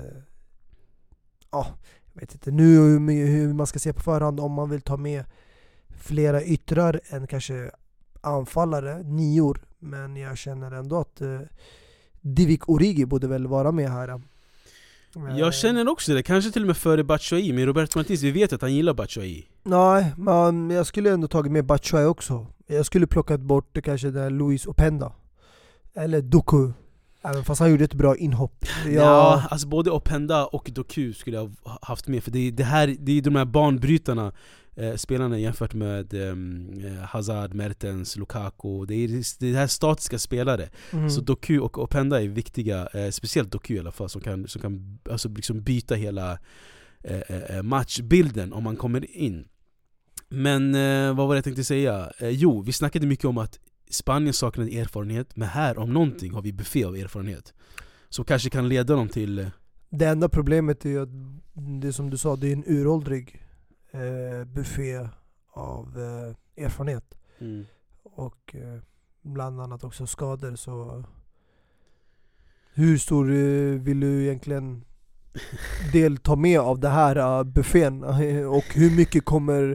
S2: ja, jag vet inte nu hur, hur man ska se på förhand. Om man vill ta med flera yttrar än kanske anfallare, nior. Men jag känner ändå att uh, Divock Origi borde väl vara med här.
S1: Jag känner också det, kanske till och med före Batshuayi. Men Roberto Martinez, vi vet att han gillar Batshuayi.
S2: Nej, men jag skulle ändå tagit med Batshuayi också. Jag skulle plockat bort kanske där Luis Openda eller Doku. Även fast han gjorde ett bra inhopp. Jag...
S1: Ja, alltså både Openda och Doku skulle jag ha haft med. För det är, det här, det är de här banbrytarna eh, spelarna jämfört med eh, Hazard, Mertens, Lukaku. Det är det här statiska spelare. Mm. Så Doku och Openda är viktiga, eh, speciellt Doku i alla fall, som kan, som kan alltså liksom byta hela eh, eh, matchbilden om man kommer in. Men eh, vad var det jag tänkte säga? Eh, jo, vi snackade mycket om att Spanien saknade erfarenhet, men här om någonting har vi buffé av erfarenhet. Så kanske kan leda dem till...
S2: Det enda problemet är att det som du sa, det är en uråldrig eh, buffé av eh, erfarenhet. Mm. Och eh, bland annat också skador. Så hur stor eh, vill du egentligen del ta med av det här uh, buffén? Och hur mycket kommer...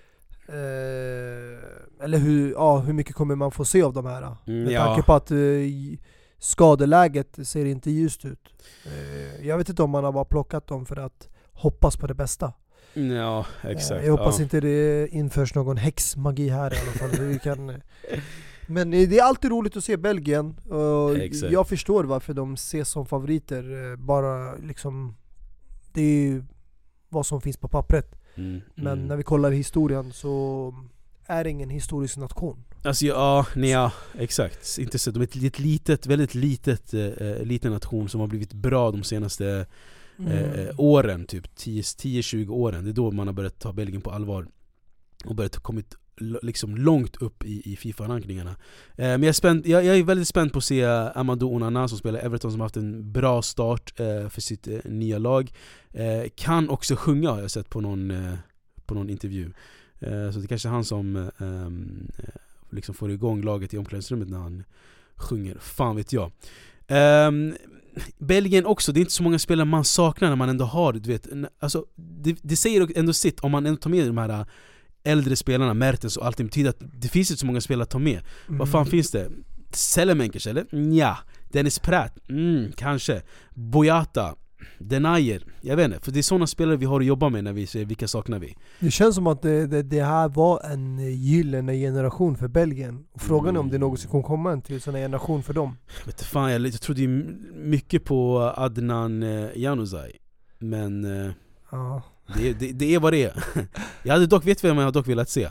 S2: Eh, eller hur, ja, hur mycket kommer man få se av de här? Mm, med tanke ja. på att eh, skadeläget ser inte ljust ut. Eh, jag vet inte om man har bara plockat dem för att hoppas på det bästa.
S1: Ja, exakt.
S2: Jag hoppas
S1: ja.
S2: inte det införs någon häxmagi här i alla fall. Vi kan, men det är alltid roligt att se Belgien. Och jag förstår varför de ses som favoriter. Bara liksom, det är ju vad som finns på pappret. Mm, men mm. när vi kollar historien så är det ingen historisk nation.
S1: Alltså ja, nej, ja exakt. Inte så. De är ett litet, väldigt litet, äh, liten nation som har blivit bra de senaste mm. äh, åren, typ tio till tjugo åren. Det är då man har börjat ta Belgien på allvar och börjat kommit liksom långt upp i, i FIFA-rankningarna. Eh, men jag är, spänd, jag, jag är väldigt spänd på att se Amadou Onana som spelar Everton, som har haft en bra start eh, för sitt eh, nya lag. Eh, kan också sjunga, har jag sett på någon, eh, på någon intervju. Eh, så det är kanske är han som eh, liksom får igång laget i omklädningsrummet när han sjunger. Fan vet jag. Eh, Belgien också, det är inte så många spelare man saknar när man ändå har, du vet, alltså, det, det säger ändå sitt om man ändå tar med de här äldre spelarna, Mertens och allt. Det betyder att det finns inte så många spelare att ta med. Mm. Vad fan finns det? Selemenkers eller? Ja. Dennis Pratt? Mm, kanske. Boyata? Denayer? Jag vet inte. För det är sådana spelare vi har att jobba med när vi säger vilka saknar vi.
S2: Det känns som att det, det, det här var en gyllene generation för Belgien. Och frågan är mm. om det någonsin kommer komma en till sån här generation för dem.
S1: Jag vet fan, jag, jag trodde mycket på Adnan eh, Januzaj. Men... Eh,
S2: ja.
S1: Det, det, det är vad det är. Jag hade dock, vet vem jag dock velat se?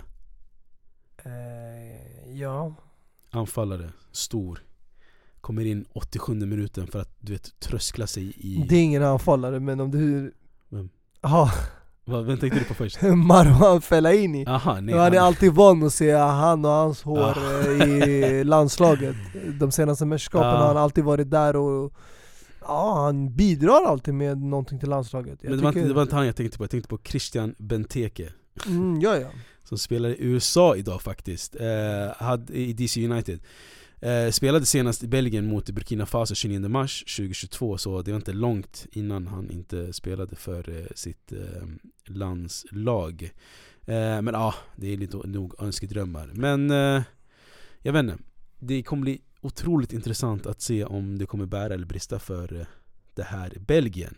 S2: Eh, ja.
S1: Anfallare, stor. Kommer in åttiosjunde minuten för att, du vet, tröskla sig i...
S2: Det är ingen anfallare, men om du...
S1: Vem?
S2: Jaha.
S1: Vad, vem tänkte du på först?
S2: Marwan Fellaini.
S1: Aha, nej,
S2: han är
S1: han...
S2: alltid van att se han och hans hår ah. i landslaget. De senaste mästerskapen ah. har han alltid varit där och... Ja, han bidrar alltid med någonting till landslaget. Jag
S1: Men det var, inte, det var inte han jag tänkte på. Jag tänkte på Christian Benteke.
S2: Mm, ja, ja.
S1: Som spelar i U S A idag faktiskt. Eh, hade, I D C United. Eh, spelade senast i Belgien mot Burkina Faso tjugonionde mars tjugohundratjugotvå. Så det var inte långt innan han inte spelade för eh, sitt eh, landslag. Eh, men ja, ah, det är lite nog önskedrömmar. Men eh, jag vet inte. Det kommer bli otroligt intressant att se om det kommer bära eller brista för det här Belgien.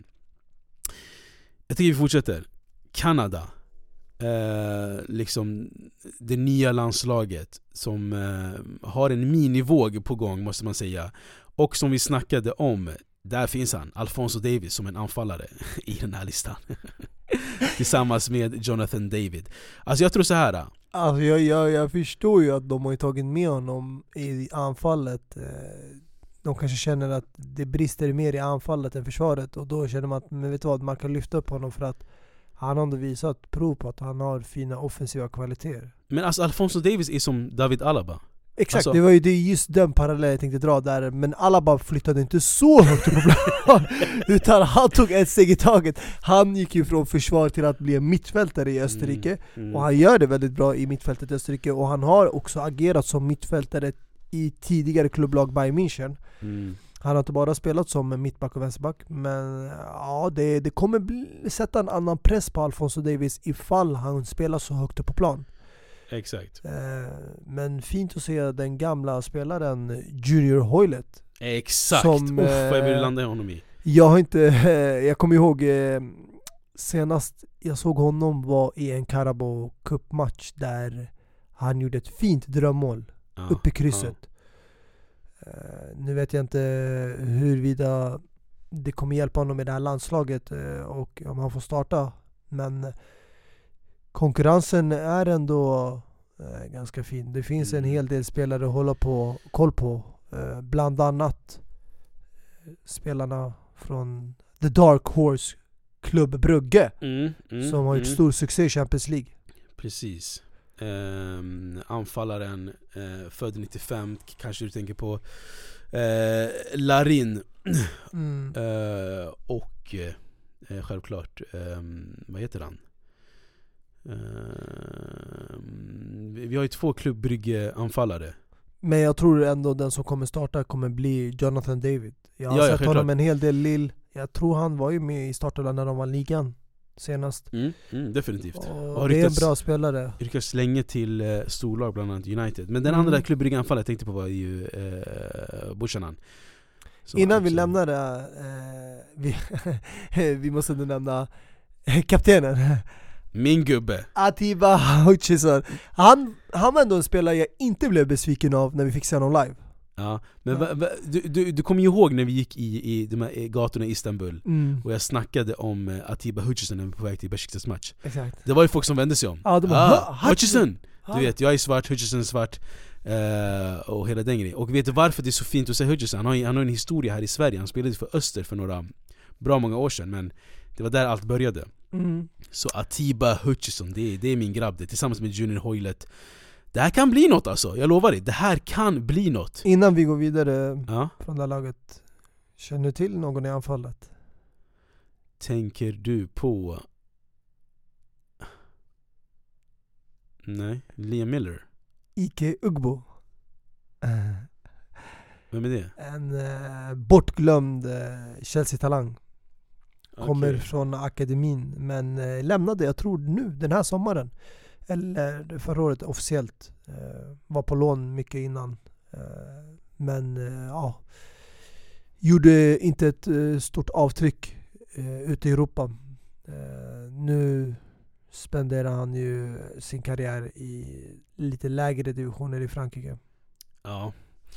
S1: Jag tycker vi fortsätter. Kanada. Eh, liksom det nya landslaget som eh, har en minivåg på gång, måste man säga. Och som vi snackade om, där finns han, Alphonso Davies, som en anfallare i den här listan. Tillsammans med Jonathan David. Alltså jag tror så här.
S2: Alltså jag, jag, jag förstår ju att de har tagit med honom i anfallet. De kanske känner att det brister mer i anfallet än försvaret. Och då känner man att, men vet du vad, man kan lyfta upp honom för att han har visat prov på att han har fina offensiva kvaliteter.
S1: Men alltså Alphonso Davies är som David Alaba.
S2: Exakt,
S1: alltså,
S2: det var ju det just den parallellen jag tänkte dra där. Men Alaba flyttade inte så högt på plan. Utan han tog ett steg i taget. Han gick ju från försvar till att bli en mittfältare i Österrike. Mm, mm. Och han gör det väldigt bra i mittfältet i Österrike. Och han har också agerat som mittfältare i tidigare klubblag Bayern München. Mm. Han har inte bara spelat som mittback och vänsterback. Men ja, det, det kommer bli, sätta en annan press på Alphonso Davies ifall han spelar så högt upp på plan.
S1: Exakt.
S2: Men fint att se den gamla spelaren Junior Hoilett.
S1: Exakt. Som, Uff, vad jag vill landa honom i.
S2: Jag har inte, jag kommer ihåg senast jag såg honom var i en Carabao Cup-match där han gjorde ett fint drömmål ah, uppe i krysset. Ah. Nu vet jag inte huruvida det kommer hjälpa honom med det här landslaget och om han får starta, men konkurrensen är ändå eh, ganska fin. Det finns en hel del spelare att hålla på, koll på. Eh, bland annat eh, spelarna från The Dark Horse Klubb Brugge. Mm, mm, som har gjort mm. stor succé i Champions League.
S1: Precis. Um, anfallaren uh, född nittiofem, k- kanske du tänker på uh, Larin. Mm. uh, och uh, självklart um, vad heter han? Uh, vi har ju två klubbbrygge-anfallare.
S2: Men jag tror ändå den som kommer starta kommer bli Jonathan David. Jag har ja, sett ja, honom en hel del lill. Jag tror han var ju med i starten när de var ligan senast.
S1: Mm, mm, definitivt.
S2: Och det är en bra spelare.
S1: Ryckas länge till uh, storlag, bland annat United. Men den mm. andra klubbbrygge-anfallare jag tänkte på var ju uh, Buchanan.
S2: Innan vi lämnar det uh, vi, vi måste nämna kaptenen.
S1: Min gubbe
S2: Atiba Hutchinson. Han, han var ändå en spelare jag inte blev besviken av när vi fick se honom live.
S1: Ja, men va, va, du, du, du kommer ju ihåg när vi gick i, i de här gatorna i Istanbul
S2: Mm.
S1: och jag snackade om uh, Atiba Hutchinson när vi var på väg till Besiktas match.
S2: Exakt.
S1: Det var ju folk som vände sig om.
S2: Ja, de bara,
S1: ah,
S2: "Ha,
S1: Hutchinson!
S2: Ha."
S1: Du vet, jag är svart, Hutchinson är svart uh, och hela den grejen. Och vet du varför det är så fint att säga Hutchinson? Han har, han har en historia här i Sverige. Han spelade för Öster för några bra många år sedan, men det var där allt började.
S2: Mm.
S1: Så Atiba Hutchinson, det är, det är min grabb det, tillsammans med Junior Hoylet. Det här kan bli något alltså, jag lovar dig. Det här kan bli något.
S2: Innan vi går vidare
S1: Ja.
S2: från det här laget, känner du till någon i anfallet?
S1: Tänker du på... Nej, Liam Miller.
S2: Ike Ugbo. Eh,
S1: Vem är det?
S2: En eh, bortglömd eh, Chelsea-talang. Kommer
S1: Okej.
S2: från akademin, men eh, lämnade, jag tror nu, den här sommaren. Eller förra året officiellt. Eh, var på lån mycket innan. Eh, men eh, ja, gjorde inte ett eh, stort avtryck eh, ute i Europa. Eh, nu spenderar han ju sin karriär i lite lägre divisioner i Frankrike.
S1: Ja.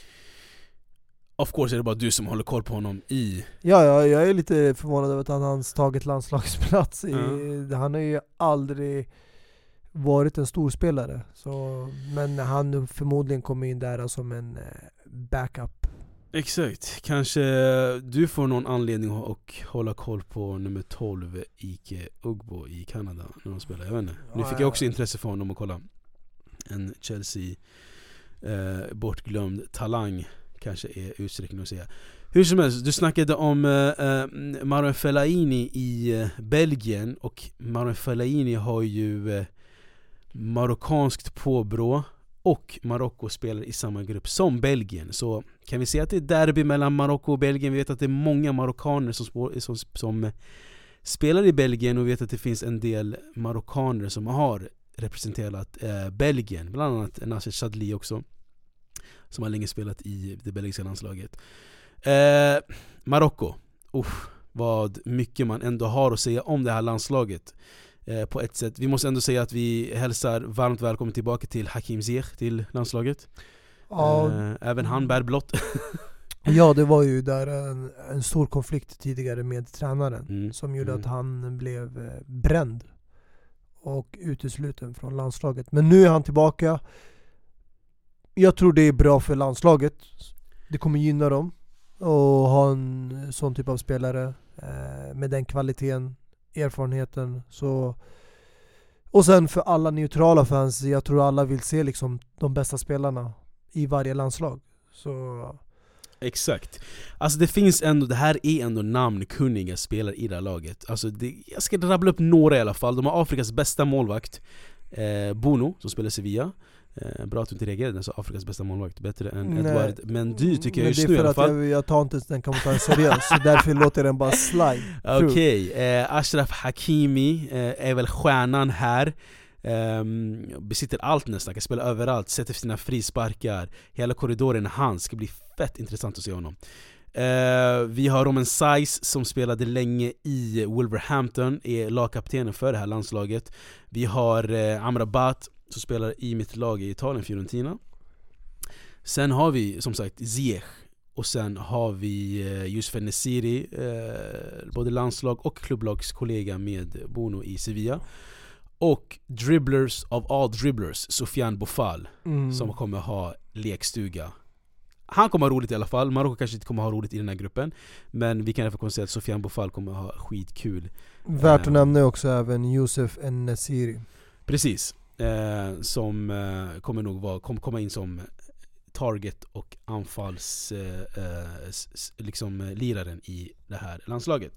S1: Of course är det bara du som håller koll på honom i...
S2: Ja, ja, jag är lite förvånad över att han har tagit landslagsplats. I,
S1: Ja.
S2: Han har ju aldrig varit en stor spelare. Så, men han förmodligen kommer in där som en eh, backup.
S1: Exakt, kanske du får någon anledning att hålla koll på nummer tolv Ike Ugbo i Kanada när de spelar, jag vet inte. Nu fick jag också intresse för honom att kolla. En Chelsea eh, bortglömd talang kanske är utsträckning att säga. Hur som helst, du snackade om eh, Marouane Fellaini i eh, Belgien, och Marouane Fellaini har ju eh, marockanskt påbrå, och Marocko spelar i samma grupp som Belgien. Så kan vi säga att det är derby mellan Marocko och Belgien. Vi vet att det är många marockaner som, spår, som, som spelar i Belgien, och vi vet att det finns en del marockaner som har representerat eh, Belgien, bland annat Nasser Chadli också, som har länge spelat i det belgiska landslaget. eh, Marocko, Uff, vad mycket man ändå har att säga om det här landslaget. Eh, på ett sätt, vi måste ändå säga att vi hälsar varmt välkommen tillbaka till Hakim Ziyech till landslaget.
S2: Ja,
S1: eh, Även han bär blått.
S2: ja, det var ju där en, en stor konflikt tidigare med tränaren
S1: Mm.
S2: som gjorde
S1: Mm.
S2: att han blev eh, bränd och utesluten från landslaget. Men nu är han tillbaka. Jag tror det är bra för landslaget. Det kommer gynna dem och ha en sån typ av spelare eh, med den kvaliteten, erfarenheten. Så, och sen för alla neutrala fans, jag tror alla vill se liksom de bästa spelarna i varje landslag. Så
S1: Exakt. Alltså det finns ändå, det här är ändå namnkunniga spelare i det här laget. Alltså det, jag ska rabbla upp några i alla fall. De har Afrikas bästa målvakt, eh, Bono, som spelar i Sevilla. Eh, bra att du inte reagerade, så Afrikas bästa målvakt, bättre än
S2: Nej.
S1: Edouard Mendy tycker jag
S2: Men
S1: just
S2: det är
S1: nu i
S2: för
S1: alla
S2: att
S1: fall.
S2: jag, jag tar inte den kommentaren seriöst, så därför låter den bara slide.
S1: Okej, okay. eh, Ashraf Hakimi eh, är väl stjärnan här. Um, besitter allt nästan, kan spela överallt, sätter sina frisparkar, hela korridoren är hans, ska bli fett intressant att se honom. Uh, vi har Romain Saiz som spelade länge i Wolverhampton, är lagkaptenen för det här landslaget. Vi har uh, Amrabat som spelar i mitt lag i Italien, Fiorentina. Sen har vi som sagt Ziyech, och sen har vi uh, Youssef En-Nesyri, uh, både landslag och klubblagskollega med Bono i Sevilla. Och dribblers of all dribblers, Sofiane Boufal,
S2: Mm.
S1: som kommer ha lekstuga. Han kommer ha roligt i alla fall. Marocko kanske inte kommer ha roligt i den här gruppen, men vi kan i alla fall konstatera att Sofiane Boufal kommer ha skitkul.
S2: Värt att
S1: Eh.
S2: nämna också även Youssef En-Nesyri.
S1: Precis, eh, som eh, kommer nog vara, kom, komma in som target och anfalls eh, eh, s, liksom eh, liraren i det här landslaget.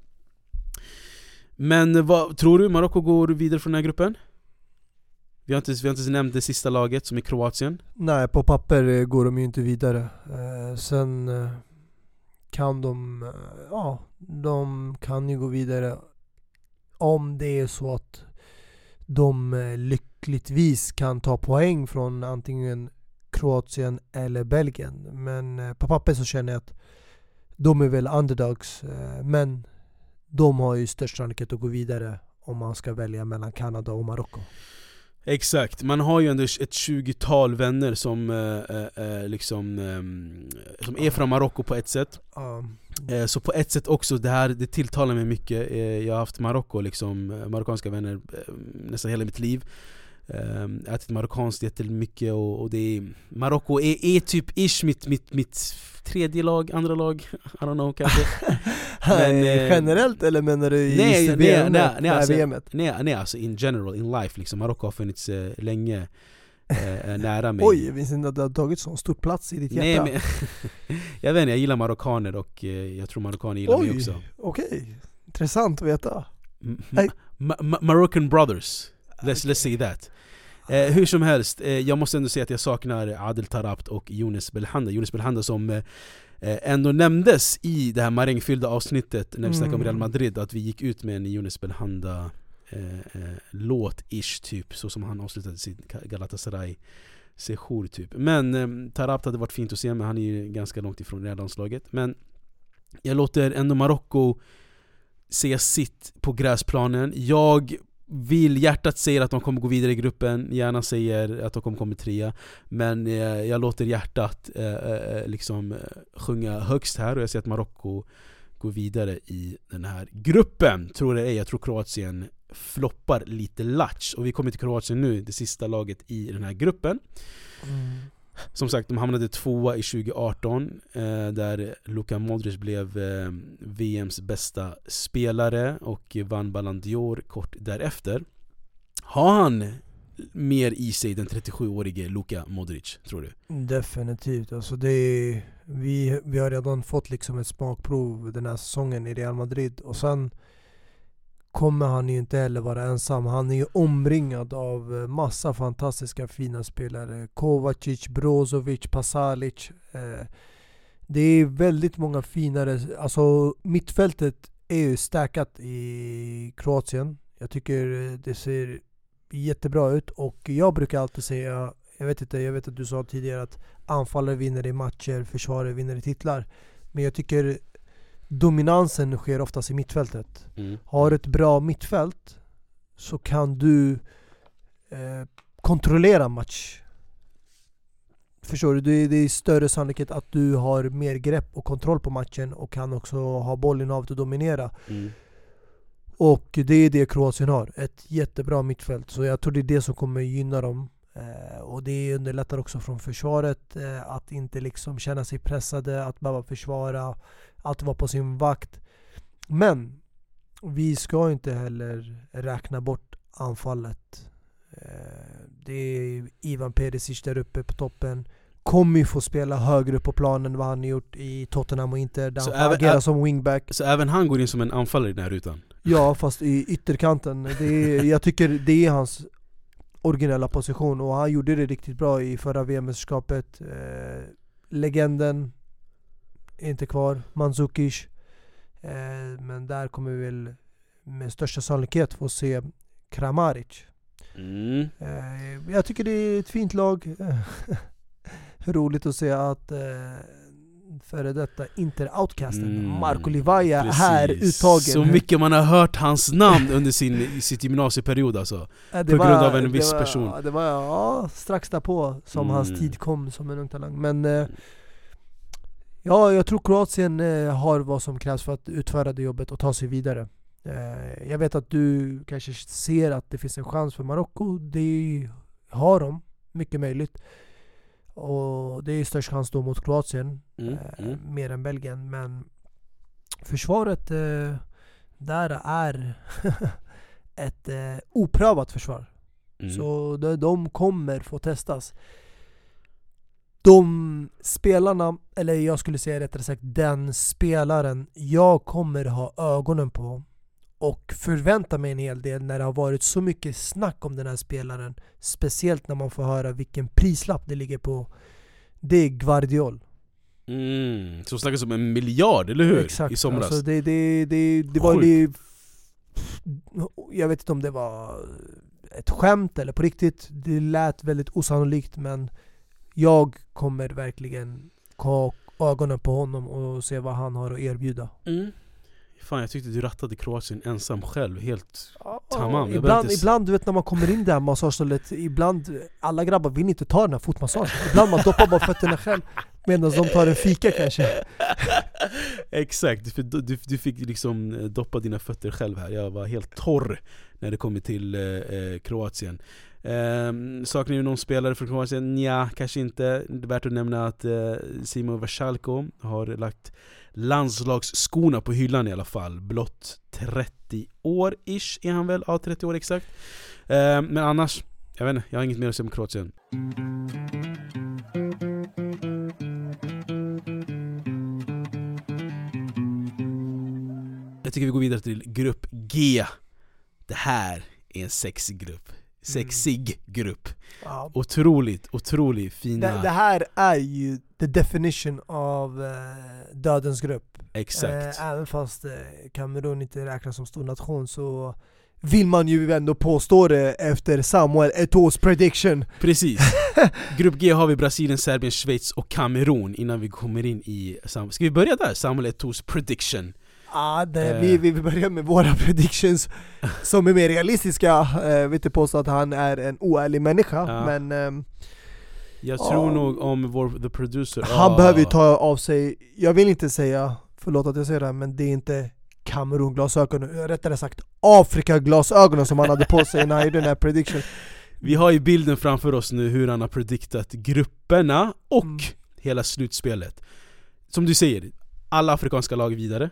S1: Men vad tror du, Marocko går vidare från den här gruppen? Vi har inte, vi har inte nämnt det sista laget som är Kroatien.
S2: Nej, på papper eh, går de ju inte vidare. Eh, sen eh, kan de, eh, ja, de kan ju gå vidare om det är så att de eh, lyckligtvis kan ta poäng från antingen Kroatien eller Belgien. Men eh, på papper så känner jag att de är väl underdogs, eh, men de har ju störst sannolikhet att gå vidare om man ska välja mellan Kanada och Marocko.
S1: Exakt, man har ju ändå ett tjugotal vänner som, eh, eh, liksom, eh, som är från Marocko på ett sätt.
S2: Um.
S1: eh, Så på ett sätt också, det här det tilltalar mig mycket. eh, Jag har haft Marocko, liksom, marockanska vänner eh, nästan hela mitt liv. eh, Ätit marockanskt jättemycket och, och det är, Marocko är, är typ ish mitt, mitt, mitt tredje lag, andra lag, I don't know kanske.
S2: Men, eh, generellt eller menar du i
S1: nej,
S2: nej,
S1: nej, nej, nej,
S2: alltså,
S1: alltså, nej, nej, alltså in general, in life liksom. Marocko har funnits eh, länge eh, nära mig.
S2: Oj, jag visste inte att det har tagit så stor plats i ditt hjärta.
S1: Nej, men, jag vet inte, jag gillar marockaner och eh, jag tror marockaner gillar
S2: Oj,
S1: mig också.
S2: Okej, okay. Intressant att veta.
S1: M- ma- ma- Moroccan brothers, let's, okay. let's say that. Eh, hur som helst, eh, jag måste ändå säga att jag saknar Adel Tarabt och Younes Belhanda. Younes Belhanda som eh, ändå nämndes i det här marängfyllda avsnittet när vi snackade om Real Madrid, att vi gick ut med en Younes Belhanda eh, eh, låt-ish typ, så som han avslutade sin Galatasaray sejour typ. Men eh, Tarabt hade varit fint att se, men han är ju ganska långt ifrån redanslaget. Men jag låter ändå Marocko se sitt på gräsplanen. Jag vill, hjärtat säger att de kommer gå vidare i gruppen, gärna säger att de kommer komma trea, men eh, jag låter hjärtat eh, eh, liksom eh, sjunga högst här, och jag ser att Marocko går vidare i den här gruppen. Tror det är, jag tror Kroatien floppar lite latch, och vi kommer till Kroatien nu, det sista laget i den här gruppen. Mm. Som sagt, de hamnade tvåa i tjugo arton eh, där Luka Modric blev eh, V M:s bästa spelare och vann Ballon d'Or kort därefter. Har han mer i sig, den trettiosjuårige Luka Modric, tror du?
S2: Definitivt. Alltså det är, vi, vi har redan fått liksom ett smakprov den här säsongen i Real Madrid, och sen kommer han ju inte heller vara ensam. Han är ju omringad av massa fantastiska fina spelare. Kovacic, Brozovic, Pasalic. Eh, det är väldigt många finare. Alltså mittfältet är ju stackat i Kroatien. Jag tycker det ser jättebra ut, och jag brukar alltid säga, jag vet inte, jag vet att du sa tidigare att anfallare vinner i matcher, försvarare vinner i titlar. Men jag tycker dominansen sker oftast i mittfältet. Mm. Har ett bra mittfält så kan du eh, kontrollera match. Förstår du? Det är, det är större sannolikhet att du har mer grepp och kontroll på matchen och kan också ha bollen av att dominera. Mm. Och det är det Kroatien har. Ett jättebra mittfält. Så jag tror det är det som kommer gynna dem. Eh, och det underlättar också från försvaret eh, att inte liksom känna sig pressade, att behöva försvara, att vara på sin vakt. Men vi ska inte heller räkna bort anfallet. Eh, det är Ivan Perisic där uppe på toppen. Kommer ju få spela högre på planen än vad han har gjort i Tottenham och Inter, där så han även, agerar som wingback.
S1: Så även han går in som en anfallare i den här rutan?
S2: Ja, fast i ytterkanten. Det är, jag tycker det är hans originella position, och han gjorde det riktigt bra i förra V M-mästerskapet. Eh, legenden är inte kvar, Mandzukic. Eh, men där kommer vi väl med största sannolikhet få se Kramaric. Mm. Eh, jag tycker det är ett fint lag. Roligt att se att eh, före detta Inter-outcasten mm, Marco Livaja precis. Här uttagen.
S1: Så mycket man har hört hans namn under sin, sitt gymnasieperiod alltså,
S2: ja,
S1: på
S2: var,
S1: grund av en viss
S2: var,
S1: person.
S2: Det var ja, strax därpå som mm. hans tid kom som en ung talang. Men eh, ja, jag tror Kroatien eh, har vad som krävs för att utföra det jobbet och ta sig vidare. Eh, jag vet att du kanske ser att det finns en chans för Marocko. Det har de, mycket möjligt. Och det är störst chans då mot Kroatien, mm, eh, mm. mer än Belgien. Men försvaret eh, där är ett eh, oprövat försvar. Mm. Så de, de kommer få testas. De spelarna, eller jag skulle säga rättare sagt den spelaren jag kommer ha ögonen på och förvänta mig en hel del när det har varit så mycket snack om den här spelaren, speciellt när man får höra vilken prislapp det ligger på, det är Gvardiol.
S1: Mm, så snackas om en miljard, eller hur?
S2: Exakt,
S1: i somras.
S2: Alltså det, det, det, det var det, jag vet inte om det var ett skämt eller på riktigt. Det lät väldigt osannolikt, men jag kommer verkligen ha ögonen på honom och se vad han har att erbjuda.
S1: Mm. Fan, jag tyckte du rattade Kroatien ensam själv, helt
S2: Ja,
S1: tamam. Jag
S2: ibland,
S1: inte...
S2: ibland, du vet när man kommer in där massagestället, ibland, alla grabbar vill inte ta den här fotmassagen. Ibland man doppar bara fötterna själv medan de tar en fika kanske.
S1: Exakt, du, du, du fick liksom doppa dina fötter själv här. Jag var helt torr när det kommer till eh, Kroatien. Eh, saknar ju någon spelare från Kroatien? Nja, kanske inte. Det är värt att nämna att eh, Simo Vrsaljko har lagt landslagsskorna på hyllan i alla fall. Blott trettio år ish är han väl? Ja, trettio år exakt. Eh, men annars, jag vet inte, jag har inget mer att säga om Kroatien. Jag tycker vi går vidare till grupp G. Det här är en sexig grupp. Sexig grupp.
S2: Ja.
S1: Otroligt, otroligt fina.
S2: Det, det här är ju the definition av uh, dödens grupp.
S1: Exakt.
S2: Uh, även fast uh, Kamerun inte räknas som stor nation så vill man ju ändå påstå det efter Samuel Eto'os prediction.
S1: Precis. Grupp G har vi Brasilien, Serbien, Schweiz och Kamerun innan vi kommer in i Sam- Ska vi börja där? Samuel Eto'os prediction.
S2: Ja, det, uh. vi, vi börjar med våra predictions som är mer realistiska. Uh, vi inte påstå att han är en oärlig människa, uh. men um,
S1: jag tror uh, nog om vår the producer.
S2: Han
S1: uh.
S2: behöver ju ta av sig. Jag vill inte säga, förlåt att jag säger det här, men det är inte Kamerun-glasögonen, rättare sagt Afrika-glasögonen som han hade på sig när han gjorde den här prediction.
S1: Vi har ju bilden framför oss nu hur han har prediktat grupperna och mm. hela slutspelet. Som du säger, alla afrikanska lag vidare.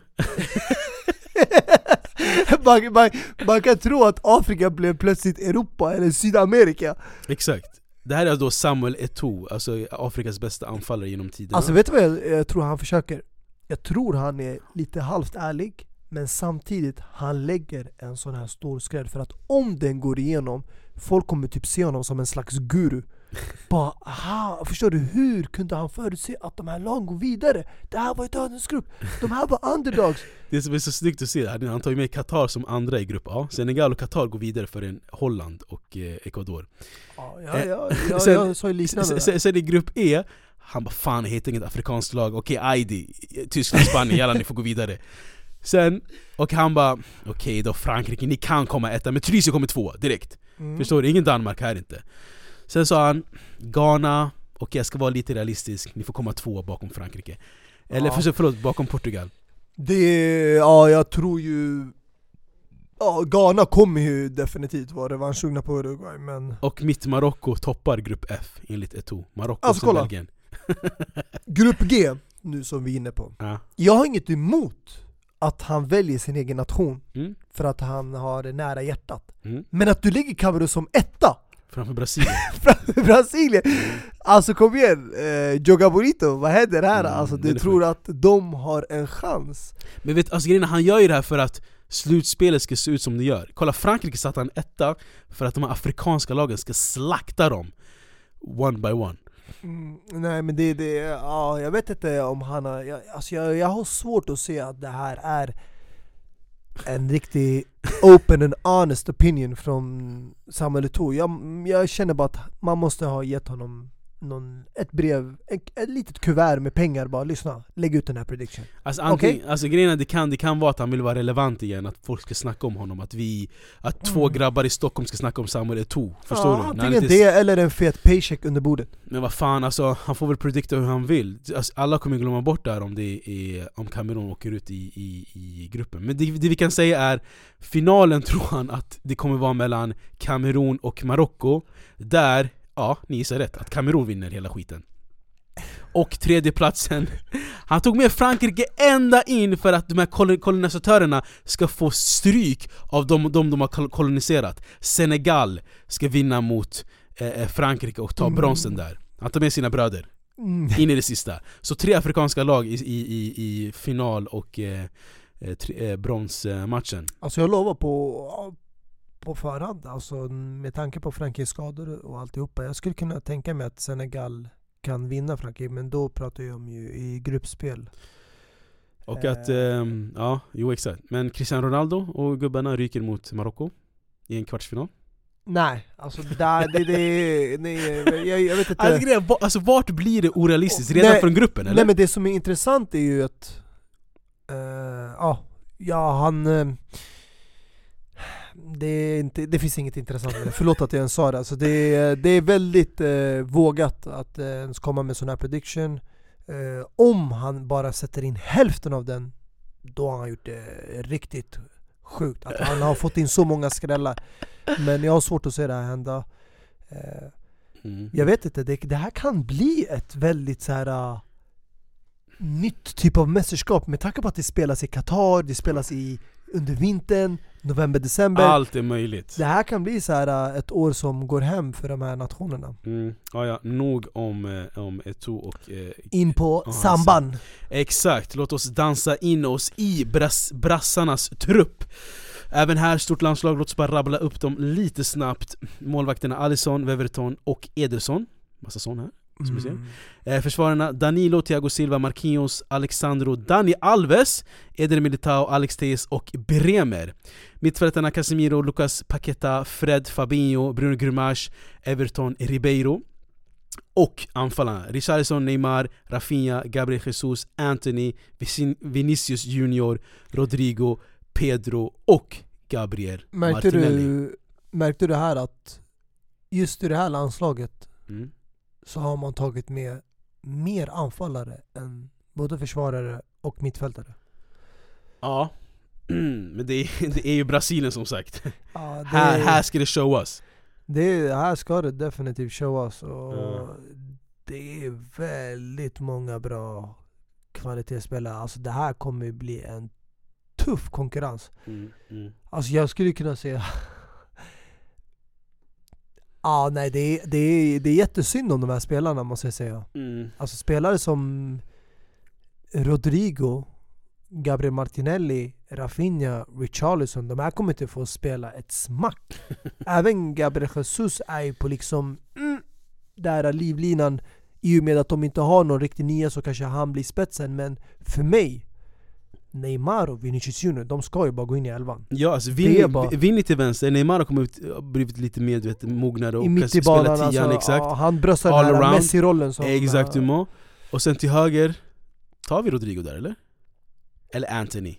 S2: man, man, man kan tro att Afrika blev plötsligt Europa eller Sydamerika.
S1: Exakt. Det här är då Samuel Eto'o, alltså Afrikas bästa anfallare genom tiden.
S2: Alltså vet du vad jag, jag tror han försöker? Jag tror han är lite halvt ärlig, men samtidigt han lägger en sån här stor skrädd för att om den går igenom, folk kommer typ se honom som en slags guru. Bara, aha, förstår du, hur kunde han förutse att de här lagen går vidare? Det här var ett dödens grupp, de här var underdogs.
S1: Det som är så snyggt att se här, han tar ju med Qatar som andra i grupp A. Senegal och Qatar går vidare för en Holland och eh, Ecuador.
S2: Ja, ja, ja, ja,
S1: sen,
S2: jag sa ju liknande.
S1: Sen, sen i grupp E, han bara fan, heter inget afrikanskt lag. Okej, okay, I D, Tyskland, Spanien, jävlar ni får gå vidare. Sen, och han bara okej okay, då Frankrike, ni kan komma etta, men Tunisien kommer två direkt. Mm. Förstår du? Ingen Danmark här inte. Sen sa han Ghana, okej okay, jag ska vara lite realistisk, ni får komma två bakom Frankrike. Eller ja. för, förlåt, bakom Portugal.
S2: Det, ja jag tror ju ja, Ghana kommer ju definitivt vara revanschsugna på Uruguay, men...
S1: Och mitt Marocko toppar grupp F enligt Eto'o. Marocko
S2: alltså,
S1: som Belgien.
S2: Grupp G, nu som vi är inne på.
S1: Ja.
S2: Jag har inget emot att han väljer sin egen nation
S1: mm.
S2: för att han har det nära hjärtat.
S1: Mm.
S2: Men att du lägger Kamerun som etta
S1: framför Brasilien.
S2: framför Brasilien. Mm. Alltså kom igen, eh, Joga Bonito, vad händer här? Mm, alltså du tror för... att de har en chans.
S1: Men vet alltså grejen, han gör ju det här för att slutspelet ska se ut som det gör. Kolla, Frankrike satt han etta för att de här afrikanska lagen ska slakta dem one by one.
S2: Mm, nej men det, det ja, jag vet inte om han har, jag, alltså jag, jag har svårt att se att det här är en riktig open and honest opinion från Samuel Eto'o. Jag, jag känner bara att man måste ha gett honom någon, ett brev, ett, ett litet kuvert med pengar, bara lyssna, lägg ut den här prediction.
S1: Alltså, antingen, okay? alltså grejen är, det kan, det kan vara att han vill vara relevant igen, att folk ska snacka om honom, att vi att mm. två grabbar i Stockholm ska snacka om Samuel Eto'o. Förstår
S2: ja,
S1: du?
S2: Antingen det inte... eller en fet paycheck under bordet.
S1: Men vad fan, alltså, han får väl predikta hur han vill. Alltså, alla kommer glömma bort där om det är om Kamerun åker ut i, i, i gruppen. Men det, det vi kan säga är, finalen tror han att det kommer vara mellan Kamerun och Marocko, där ja, ni gissar rätt, att Kamerun vinner hela skiten. Och tredje platsen, han tog med Frankrike ända in för att de här kol- kolonisatörerna ska få stryk av de de, de har koloniserat. Senegal ska vinna mot eh, Frankrike och ta mm. bronsen där. Han tar med sina bröder mm. in i det sista. Så tre afrikanska lag i, i, i, i final och eh, tre, eh, bronsmatchen.
S2: Alltså jag lovar på på förhand, alltså med tanke på Frankrikes skador och alltihopa. Jag skulle kunna tänka mig att Senegal kan vinna Frankrike, men då pratar jag om ju i gruppspel.
S1: Och att, eh, ja, jo exakt. Men Cristiano Ronaldo och gubbarna ryker mot Marocko i en kvartsfinal.
S2: Nej, alltså det där, det, det, nej, jag, jag vet inte.
S1: Alltså, alltså vart blir det orealistiskt? Redan nej, från gruppen, eller?
S2: Nej, men det som är intressant är ju att uh, ja, ja, han... Eh, det, är inte, det finns inget intressant med det. Förlåt att jag ens sa det. Alltså det, är, det är väldigt eh, vågat att eh, ens komma med sån här prediction. Eh, om han bara sätter in hälften av den, då har han gjort det riktigt sjukt. Att han har fått in så många skrällar. Men jag har svårt att se det här hända. Eh, mm. Jag vet inte, det, det här kan bli ett väldigt så här uh, nytt typ av mästerskap med tanke på att det spelas i Qatar, det spelas i under vintern, november, december.
S1: Allt är möjligt.
S2: Det här kan bli så här uh, ett år som går hem för de här nationerna.
S1: Mm. Ja, ja, nog om, eh, om Eto'o och... Eh,
S2: in på Samban.
S1: Exakt, låt oss dansa in oss i brass, brassarnas trupp. Även här, stort landslag, låt oss bara rabbla upp dem lite snabbt. Målvakterna Alisson, Weverton och Ederson. Massa sån här, som vi ser.
S2: Mm.
S1: Eh, försvararna Danilo, Thiago Silva, Marquinhos, Alexandro, Dani Alves, Eder Militao, Alex Tejes och Bremer. Mittfältarna Casemiro, Lucas Paqueta, Fred, Fabinho, Bruno Grimash, Everton, Ribeiro. Och anfallarna Richarlison, Neymar, Rafinha, Gabriel Jesus, Anthony, Vicin- Vinicius Junior, Rodrigo, Pedro och Gabriel
S2: märkte
S1: Martinelli.
S2: Du, märkte du här att just i det här landslaget
S1: mm.
S2: så har man tagit med mer anfallare än både försvarare och mittfältare?
S1: Ja, mm, men det är, det är ju Brasilien som sagt.
S2: Ja, det,
S1: här, här ska det showas.
S2: Det här ska det definitivt showas. Och
S1: ja.
S2: Det är väldigt många bra kvalitetsspelare. Alltså det här kommer bli en tuff konkurrens.
S1: Mm, mm.
S2: Alltså jag skulle kunna säga ah, nej, det är, det, är, det är jättesynd om de här spelarna, måste jag säga.
S1: Mm.
S2: Alltså spelare som Rodrigo, Gabriel Martinelli, Rafinha, Richarlison, de här kommer inte få spela ett smack. Även Gabriel Jesus är ju på liksom mm, där livlinan, i och med att de inte har någon riktig nia så kanske han blir spetsen. Men för mig, Neymar och Vinicius Junior, de ska ju bara gå in i elvan.
S1: Ja, alltså Vinny,
S2: bara...
S1: Vinny till vänster, Neymar har kommit ut, blivit lite mer vet, mognare och
S2: I
S1: kanske spela tian,
S2: alltså,
S1: exakt.
S2: Ja, han bröstar den här Messi-rollen som...
S1: Exakt, uh... och sen till höger, tar vi Rodrigo där eller? Eller Anthony?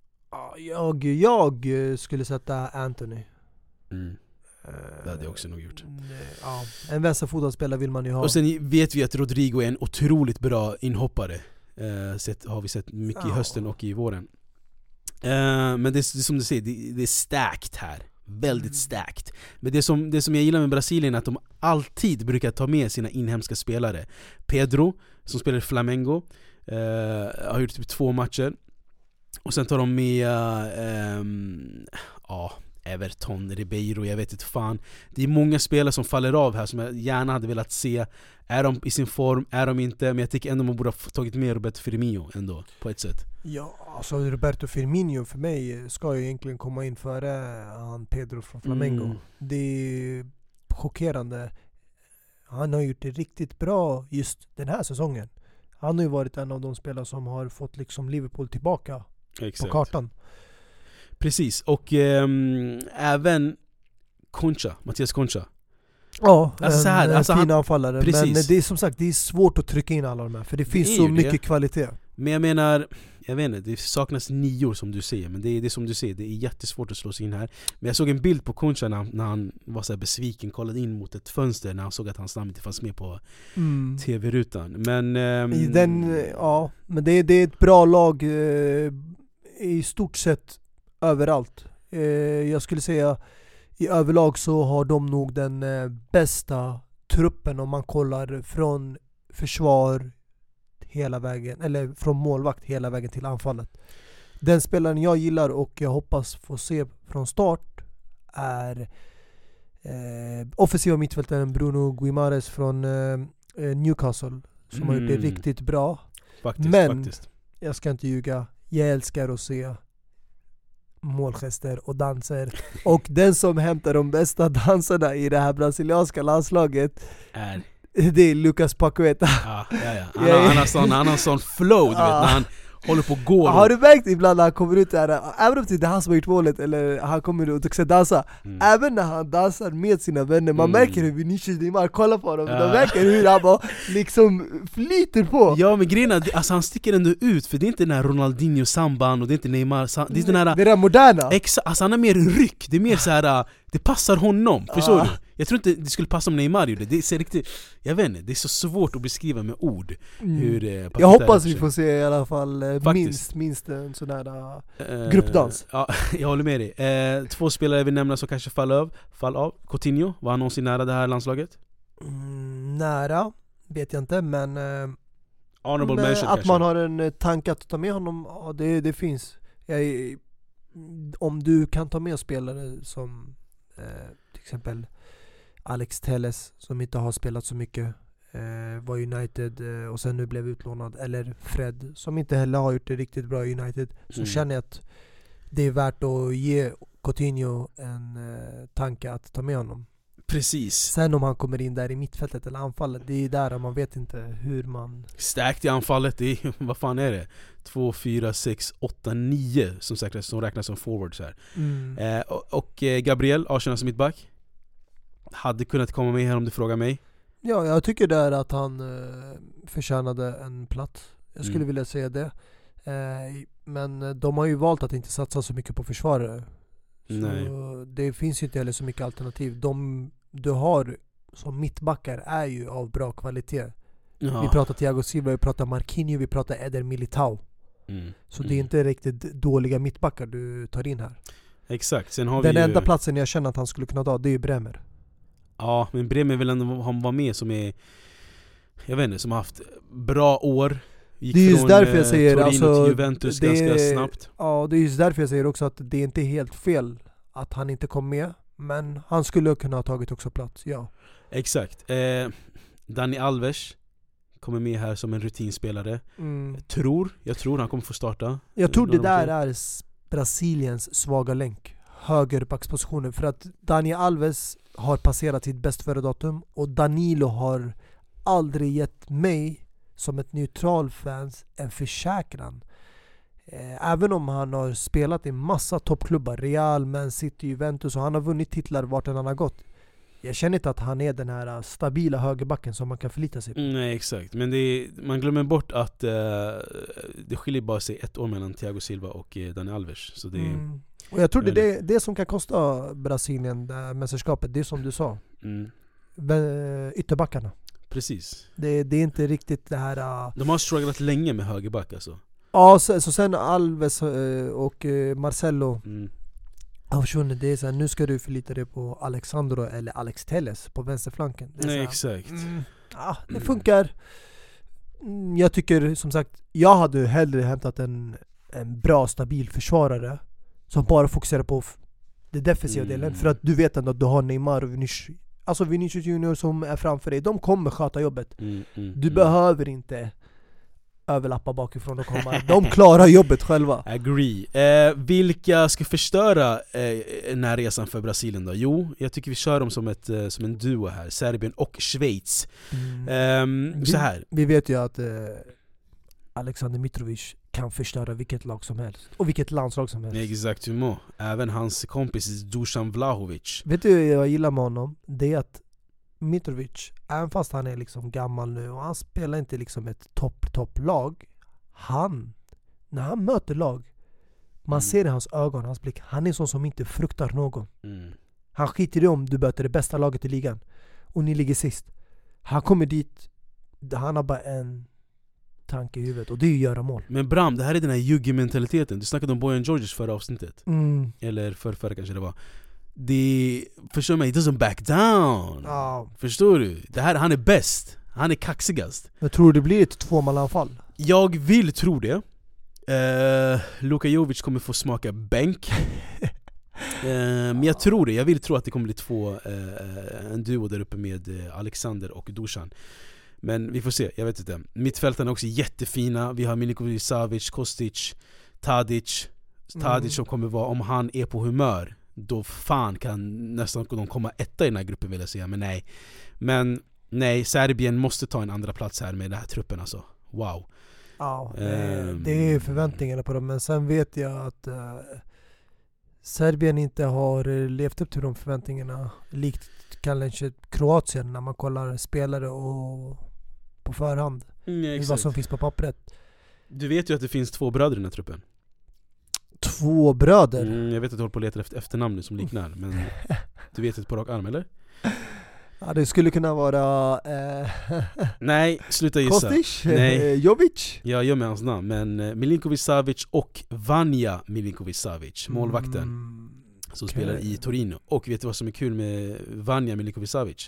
S2: Jag, jag skulle sätta Anthony.
S1: Mm. Det hade jag också nog gjort.
S2: Ja, en vänsterfotbollsspelare vill man ju ha.
S1: Och sen vet vi att Rodrigo är en otroligt bra inhoppare. Uh, sett, har vi sett mycket ja. i hösten och i våren. Uh, men det, det är som du säger, det, det är stacked här. Väldigt mm. stacked. Men det som, det som jag gillar med Brasilien är att de alltid brukar ta med sina inhemska spelare. Pedro, som spelar i Flamengo, uh, har gjort typ två matcher. Och sen tar de med uh, um, ja, Everton, Ribeiro, jag vet inte fan. Det är många spelare som faller av här som jag gärna hade velat se. Är de i sin form? Är de inte? Men jag tycker ändå man borde ha tagit med Roberto Firmino ändå, på ett sätt.
S2: Ja, alltså Roberto Firmino för mig ska ju egentligen komma in före han Pedro från Flamengo. Mm. Det är chockerande. Han har gjort det riktigt bra just den här säsongen. Han har ju varit en av de spelare som har fått liksom Liverpool tillbaka. Exakt. På kartan.
S1: Precis, och ähm, även Concha, Mattias Concha.
S2: Ja,
S1: alltså, en, så här, alltså,
S2: fin anfallare.
S1: Precis.
S2: Men det är som sagt, det är svårt att trycka in alla de här, för det finns det så mycket det. kvalitet.
S1: Men jag menar, jag vet inte, det saknas nior som du säger. Men det är, det är som du säger, det är jättesvårt att slå sig in här. Men jag såg en bild på Concha när, när han var så här besviken, kollade in mot ett fönster när han såg att hans namn inte fanns med på mm. tv-rutan. Men ähm,
S2: I den, ja, men det, det är ett bra lag eh, i stort sett överallt. Eh, jag skulle säga i överlag så har de nog den eh, bästa truppen om man kollar från försvar hela vägen, eller från målvakt hela vägen till anfallet. Den spelaren jag gillar och jag hoppas få se från start är eh, offensiva mittfältaren Bruno Guimares från eh, Newcastle som mm. har gjort det riktigt bra.
S1: Faktiskt,
S2: Men
S1: faktiskt.
S2: jag ska inte ljuga, jag älskar att se målgester och danser. Och den som hämtar de bästa danserna i det här brasilianska landslaget
S1: är
S2: det är Lucas Paqueta.
S1: Ja, ja, ja. Han, har, han, har sån, han har sån flow, du vet, när han håller på att gå.
S2: Har du märkt ibland när han kommer ut där, även om det är han som har gjort målet eller han kommer ut och ska dansa, mm. även när han dansar med sina vänner, man mm. märker hur Vinicius Neymar kollar på dem, ja. De märker hur han bara liksom flyter på.
S1: Ja, men grejen är, alltså han sticker ändå ut, för det är inte den här Ronaldinho-samban och det är inte Neymar, det är den här,
S2: det är den moderna.
S1: Exa, alltså han har mer ryck, det är mer så här, det passar honom, förstår ah. du? Jag tror inte det skulle passa om Neymar gjorde. Det är riktigt, jag vet inte, det är så svårt att beskriva med ord
S2: mm.
S1: hur eh,
S2: jag hoppas vi får se i alla fall eh, minst, minst en sån här uh, gruppdans.
S1: Ja, jag håller med dig. Eh, två spelare vi nämner som kanske faller av, fall av. Coutinho, var han någonsin nära det här landslaget?
S2: Mm, nära, vet jag inte, men, eh,
S1: Honorable
S2: men
S1: mention,
S2: att
S1: kanske.
S2: man har en tanke att ta med honom, ja, det, det finns. Jag, om du kan ta med spelare som eh, till exempel Alex Telles som inte har spelat så mycket, eh, var United eh, och sen nu blev utlånad, eller Fred som inte heller har gjort det riktigt bra i United, så mm. känner jag att det är värt att ge Coutinho en eh, tanke att ta med honom.
S1: Precis.
S2: Sen om han kommer in där i mittfältet eller anfallet, det är där man vet inte hur man...
S1: Stärkt i anfallet, det är, vad fan är det? två, fyra, sex, åtta, nio som, säkert, som räknas som forwards här. Mm. Eh, och, och eh, Gabriel, Arsenal som mittback, hade kunnat komma med här om du frågar mig.
S2: Ja, jag tycker där att han eh, förtjänade en plats. Jag skulle mm. vilja säga det. Eh, men de har ju valt att inte satsa så mycket på försvarare. Så
S1: Nej.
S2: Det finns ju inte heller så mycket alternativ. De du har som mittbackar är ju av bra kvalitet. Ja. Vi pratar Thiago Silva, vi pratar Marquinhos, vi pratar Eder Militao. Mm. Så mm. det är inte riktigt dåliga mittbackar du tar in här.
S1: Exakt. Sen har
S2: Den
S1: vi
S2: enda
S1: ju...
S2: platsen jag känner att han skulle kunna ta, det är ju Bremer.
S1: Ja, men Bremer vill ändå han var med som är, jag vet inte, som har haft bra år. Gick
S2: det är just därför jag säger
S1: Torino
S2: alltså,
S1: till Juventus
S2: det,
S1: ganska snabbt.
S2: Ja, det är just därför jag säger också att det är inte helt fel att han inte kom med, men han skulle kunna ha tagit också plats, ja.
S1: Exakt. Eh, Dani Alves kommer med här som en rutinspelare. Mm. Tror, jag tror han kommer få starta.
S2: Jag tror det där är Brasiliens svaga länk, högerbackspositionen, för att Dani Alves har passerat sitt bäst före datum och Danilo har aldrig gett mig som ett neutral fans en försäkran. Även om han har spelat i massa toppklubbar, Real, Man City, Juventus, och han har vunnit titlar vart han har gått. Jag känner inte att han är den här stabila högerbacken som man kan förlita sig på.
S1: Nej, exakt. Men det är, man glömmer bort att uh, det skiljer bara sig ett år mellan Thiago Silva och uh, Dani Alves. Så det är,
S2: mm. Och jag tror det är det, det som kan kosta Brasilien det mästerskapet. Det är som du sa. Mm. Ytterbackarna.
S1: Precis.
S2: Det, det är inte riktigt det här... Uh...
S1: De har strugglat länge med högerback alltså.
S2: Ja, så, så sen Alves uh, och uh, Marcelo mm. har försvunnit. Det är så här, nu ska du förlita dig på Alexandro eller Alex Telles på vänsterflanken. Det är
S1: Nej,
S2: så här,
S1: exakt.
S2: Mm, ah, det funkar. Mm, jag tycker som sagt, jag hade hellre hämtat en, en bra, stabil försvarare som bara fokuserar på f- det defensiva mm. delen. För att du vet ändå att du har Neymar och Vinicius, alltså Vinicius Junior som är framför dig. De kommer sköta jobbet. Mm, mm, du mm. behöver inte överlappa bakifrån och komma. De klarar jobbet själva.
S1: Agree. Eh, vilka ska förstöra eh, den här resan för Brasilien då? Jo, jag tycker vi kör dem som, ett, eh, som en duo här. Serbien och Schweiz. Mm. Eh, så här.
S2: Vi, vi vet ju att eh, Alexander Mitrovic kan förstöra vilket lag som helst. Och vilket landslag som helst.
S1: Exakt, Humo. Även hans kompis Dusan Vlahovic.
S2: Vet du vad jag gillar med honom? Det är att Mitrovic, även fast han är liksom gammal nu och han spelar inte liksom ett topp topp lag, han när han möter lag, man mm. ser i hans ögon, hans blick, han är sån som inte fruktar någon. Mm. Han skiter i om du möter det bästa laget i ligan och ni ligger sist. Han kommer dit, han har bara en tanke i huvudet och det är att göra mål.
S1: Men Bram, det här är den här jugge-mentaliteten. Du snackade om Bojan Djordjic förra avsnittet. Mm. Eller för förra kanske det var. Det, förstår mig, it doesn't back down. Oh. Förstår du? Det här, han är bäst. Han är kaxigast.
S2: Jag tror det blir ett tvåmananfall.
S1: Jag vill tro det. uh, Luka Jovic kommer få smaka bänk. uh, Men jag tror det. Jag vill tro att det kommer bli två uh, en duo där uppe med uh, Alexander och Dusan. Men vi får se, jag vet inte. Mittfältarna är också jättefina. Vi har Milinkovic, Savic, Kostic, Tadic. Tadic mm. som kommer vara, om han är på humör, då fan kan nästan de komma etta i den här gruppen, vill jag säga. Men nej, men nej, Serbien måste ta en andra plats här med den här truppen alltså. Wow.
S2: Ja, det, um, det är förväntningarna på dem. Men sen vet jag att uh, Serbien inte har levt upp till de förväntningarna. Likt kanske Kroatien när man kollar spelare och på förhand.
S1: Mm,
S2: vad som finns på pappret.
S1: Du vet ju att det finns två bröder i den här truppen.
S2: Två bröder?
S1: Mm, jag vet att du håller på att leta efter efternamn nu som liknar. Men du vet ett på rak arm, eller?
S2: Ja, det skulle kunna vara... Eh,
S1: Nej, sluta gissa.
S2: Kostic?
S1: Nej.
S2: Jovic?
S1: Ja, jag med hans namn. Men eh, Milinkovic-Savic och Vanja Milinkovic-Savic, målvakten. Mm, som okay. spelar i Torino. Och vet du vad som är kul med Vanja Milinkovic-Savic?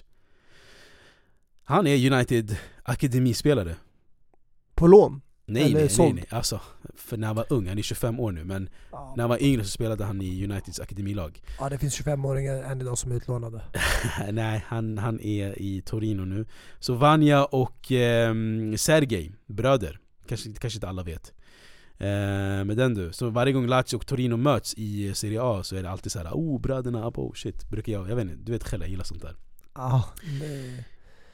S1: Han är United akademispelare.
S2: På lån?
S1: Nej, nej, nej, nej, alltså för när han var ung, han är tjugofem år nu. Men ja. när han var yngre så spelade han i Uniteds akademilag.
S2: Ja, det finns tjugofem-åringar än idag som är utlånade.
S1: Nej, han, han är i Torino nu. Så Vanja och eh, Sergej, bröder. Kanske, kanske inte alla vet. eh, Men den du. Så varje gång Lazio och Torino möts i Serie A så är det alltid så här: oh, bröderna, oh shit. Brukar jag, jag vet inte, du vet själv, jag gillar sånt där.
S2: Ja, det...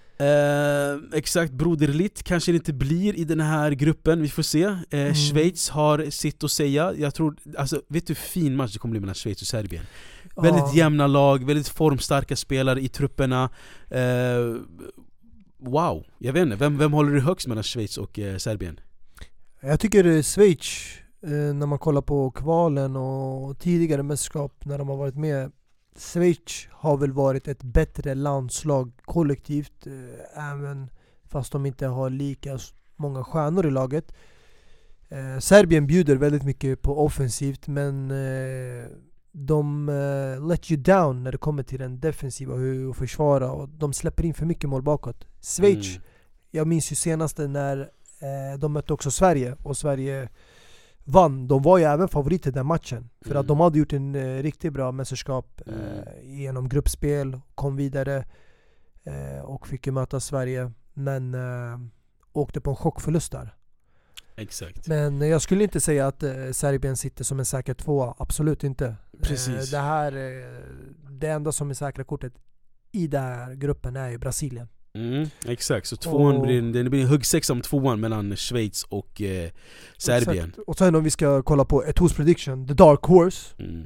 S1: Eh, exakt, broderligt kanske det inte blir i den här gruppen, vi får se. eh, mm. Schweiz har sitt att säga. Jag tror, alltså, vet du hur fin match det kommer bli mellan Schweiz och Serbien? Ja. Väldigt jämna lag, väldigt formstarka spelare i trupperna. eh, Wow, jag vet inte, vem, vem håller du högst mellan Schweiz och eh, Serbien?
S2: Jag tycker Schweiz, eh, när man kollar på kvalen och tidigare mästerskap när de har varit med. Schweiz har väl varit ett bättre landslag kollektivt, eh, även fast de inte har lika många stjärnor i laget. Eh, Serbien bjuder väldigt mycket på offensivt, men eh, de eh, let you down när det kommer till den defensiva och hur att försvara, och de släpper in för mycket mål bakåt. Schweiz, mm. jag minns ju senaste när eh, de mötte också Sverige och Sverige vann. De var ju även favoriter den matchen. För mm. att de hade gjort en eh, riktigt bra mästerskap eh, mm. genom gruppspel, kom vidare eh, och fick ju möta Sverige. Men eh, åkte på en chockförlust där.
S1: Exakt.
S2: Men jag skulle inte säga att eh, Serbien sitter som en säker tvåa. Absolut inte.
S1: Precis.
S2: Eh, det här, eh, det enda som är säkra kortet i den här gruppen är ju Brasilien.
S1: Mm, exakt, så tvåan och, blir, det blir en huggsexa om tvåan mellan Schweiz och eh, Serbien.
S2: Exakt. Och sen om vi ska kolla på ett hos prediction, the dark horse.
S1: Mm.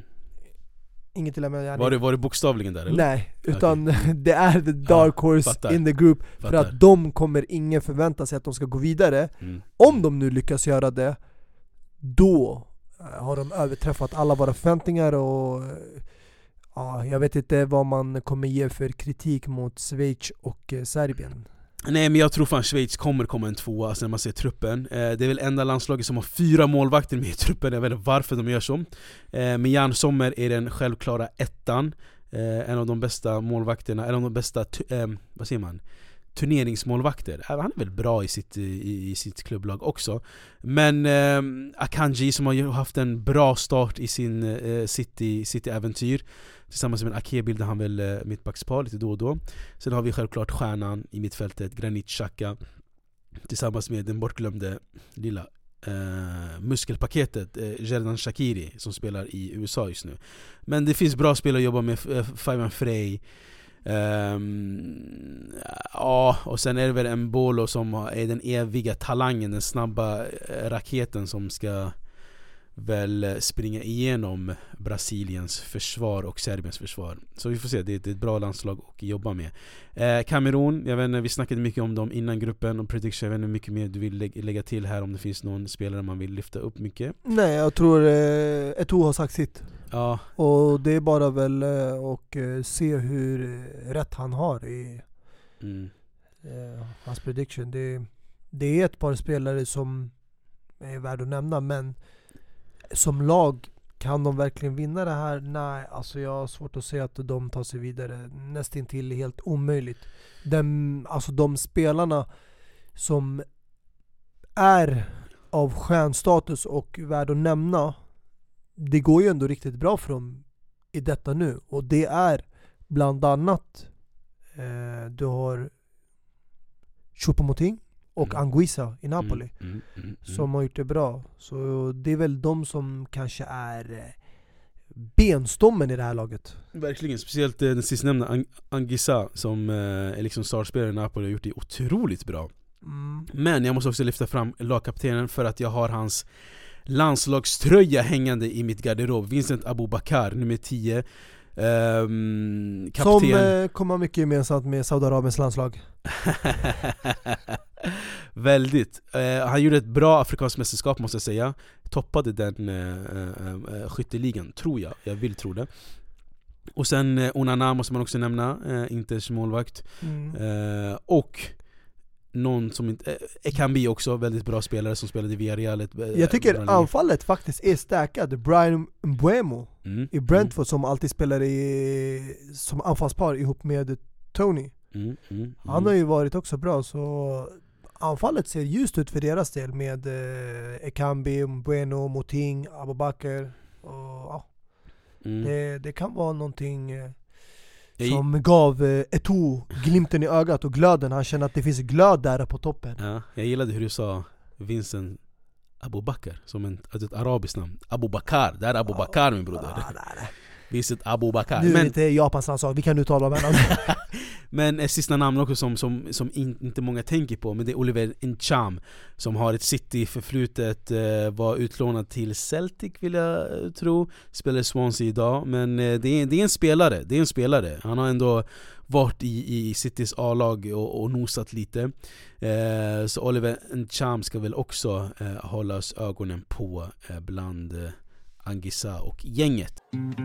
S2: Inget till med
S1: var det, var det bokstavligen där eller?
S2: Nej, utan okay. det är the dark ja, horse fattar. in the group. Fattar. För att de kommer ingen förvänta sig att de ska gå vidare. Mm. Om de nu lyckas göra det, då har de överträffat alla våra förväntningar. Och ja, jag vet inte vad man kommer ge för kritik mot Schweiz och eh, Serbien.
S1: Nej, men jag tror fan Schweiz kommer komma en tvåa alltså, när man ser truppen. eh, Det är väl enda landslaget som har fyra målvakter med i truppen. Jag vet inte varför de gör så. eh, Men Jan Sommer är den självklara ettan. eh, En av de bästa målvakterna, en av de bästa t- eh, vad säger man? turneringsmålvakter. Han är väl bra i sitt, i, i sitt klubblag också. Men eh, Akanji som har haft en bra start i sin eh, City, City-äventyr. Tillsammans med Ake bildar han väl eh, mittbackspar lite då och då. Sen har vi självklart stjärnan i mittfältet, Granit Xhaka. Tillsammans med den bortglömde lilla eh, muskelpaketet eh, Xherdan Shaqiri som spelar i U S A just nu. Men det finns bra spelare att jobba med, eh, Fabian Frey. Um, ja, och sen är det väl en Bolo som är den eviga talangen, den snabba raketen som ska väl springa igenom Brasiliens försvar och Serbiens försvar. Så vi får se, det är ett bra landslag att jobba med. eh, Kamerun, jag vet inte, vi snackade mycket om dem innan gruppen och prediction, jag vet inte hur mycket mer du vill lä- lägga till här, om det finns någon spelare man vill lyfta upp mycket.
S2: Nej, jag tror eh, Eto'o har sagt sitt.
S1: Ja.
S2: Och det är bara väl eh, och eh, se hur eh, rätt han har i
S1: mm.
S2: eh, hans prediction. Det, det är ett par spelare som är värd att nämna, men som lag, kan de verkligen vinna det här? Nej, alltså jag har svårt att se att de tar sig vidare. Nästintill helt omöjligt. De, alltså de spelarna som är av stjärnstatus och värd att nämna, det går ju ändå riktigt bra för dem i detta nu. Och det är bland annat eh, du har Choupo-Moting och mm. Anguissa i Napoli mm, mm, mm, mm. som har gjort det bra. Så det är väl de som kanske är benstommen i det här laget.
S1: Verkligen, speciellt den sistnämnda Ang- Anguissa som eh, är liksom startspelare i Napoli, har gjort det otroligt bra.
S2: Mm.
S1: Men jag måste också lyfta fram lagkaptenen för att jag har hans landslagströja hängande i mitt garderob. Vincent Aboubakar, nummer tio. Um, kapten.
S2: Som eh, kommer mycket gemensamt med Saudiarabiens landslag.
S1: Väldigt. Uh, han gjorde ett bra afrikanskt mästerskap måste jag säga. Toppade den uh, uh, skytteligan, tror jag. Jag vill tro det. Och sen uh, Onana måste man också nämna, uh, Inters målvakt. Mm. Uh, och någon som inte uh, Ekambi också, väldigt bra spelare som spelade i Villarreal. Uh,
S2: jag tycker anfallet faktiskt är stärkad. Brian Mbeumo mm. i Brentford mm. som alltid spelar i, som anfallspar ihop med Tony. Mm. Mm. Mm. Han har ju varit också bra, så anfallet ser ljust ut för deras del med eh, Ekambi, Mbeumo, Moting, Aboubakar och ja. Mm. Det, det kan vara någonting eh, som gav eh, Eto'o glimten i ögat och glöden. Han känner att det finns glöd där på toppen.
S1: Ja, jag gillade hur du sa Vincent Aboubakar som en, ett arabiskt namn. Aboubakar, det är Aboubakar min broder.
S2: Ah, nej, nej.
S1: Vincent Aboubakar.
S2: Nu är det inte Japans landslag, vi kan uttala med honom.
S1: Men ett sista namn också som, som, som in, inte många tänker på, men det är Oliver Ncham som har ett City förflutet, eh, var utlånad till Celtic vill jag tro, spelar Swansea idag, men eh, det, är, det är en spelare, det är en spelare. Han har ändå varit i, i Citys A-lag och, och nosat lite, eh, så Oliver Ncham ska väl också eh, hållas ögonen på eh, bland eh, Anguissa och gänget.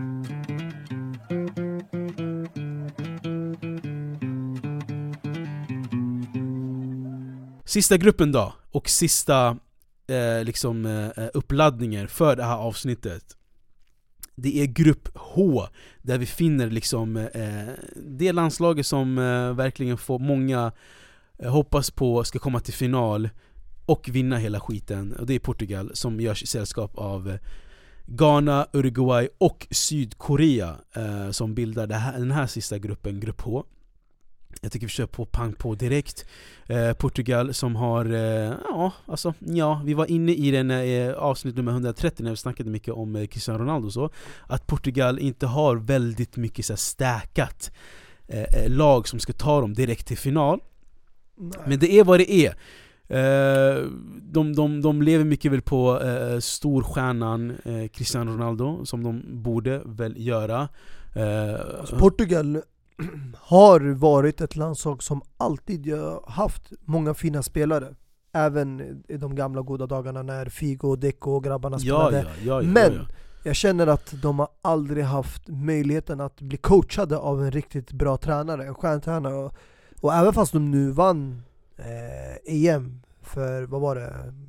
S1: Sista gruppen då, och sista eh, liksom, eh, uppladdningen för det här avsnittet. Det är grupp H, där vi finner liksom, eh, det landslaget som eh, verkligen får många eh, hoppas på ska komma till final och vinna hela skiten. Och det är Portugal som görs i sällskap av eh, Ghana, Uruguay och Sydkorea eh, som bildar det här, den här sista gruppen, grupp H. Jag tycker vi kör på pang på direkt. eh, Portugal som har eh, ja, alltså, ja, vi var inne i den eh, avsnitt nummer hundratrettio när vi snackade mycket om eh, Cristiano Ronaldo, så att Portugal inte har väldigt mycket så här stäkat eh, lag som ska ta dem direkt till final. Nej. Men det är vad det är. Uh, de, de, de lever mycket väl på uh, storstjärnan uh, Cristiano Ronaldo, som de borde väl göra. uh,
S2: alltså Portugal har varit ett landslag som alltid haft många fina spelare, även i de gamla goda dagarna när Figo, Deco och grabbarna spelade.
S1: Ja, ja, ja,
S2: men
S1: ja, ja.
S2: jag känner att de har aldrig haft möjligheten att bli coachade av en riktigt bra tränare, en stjärntränare. Och, och även fast de nu vann Eh, E M för, vad var det,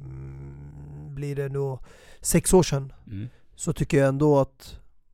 S2: mm, blir det nog sex år sedan, mm. så tycker jag ändå att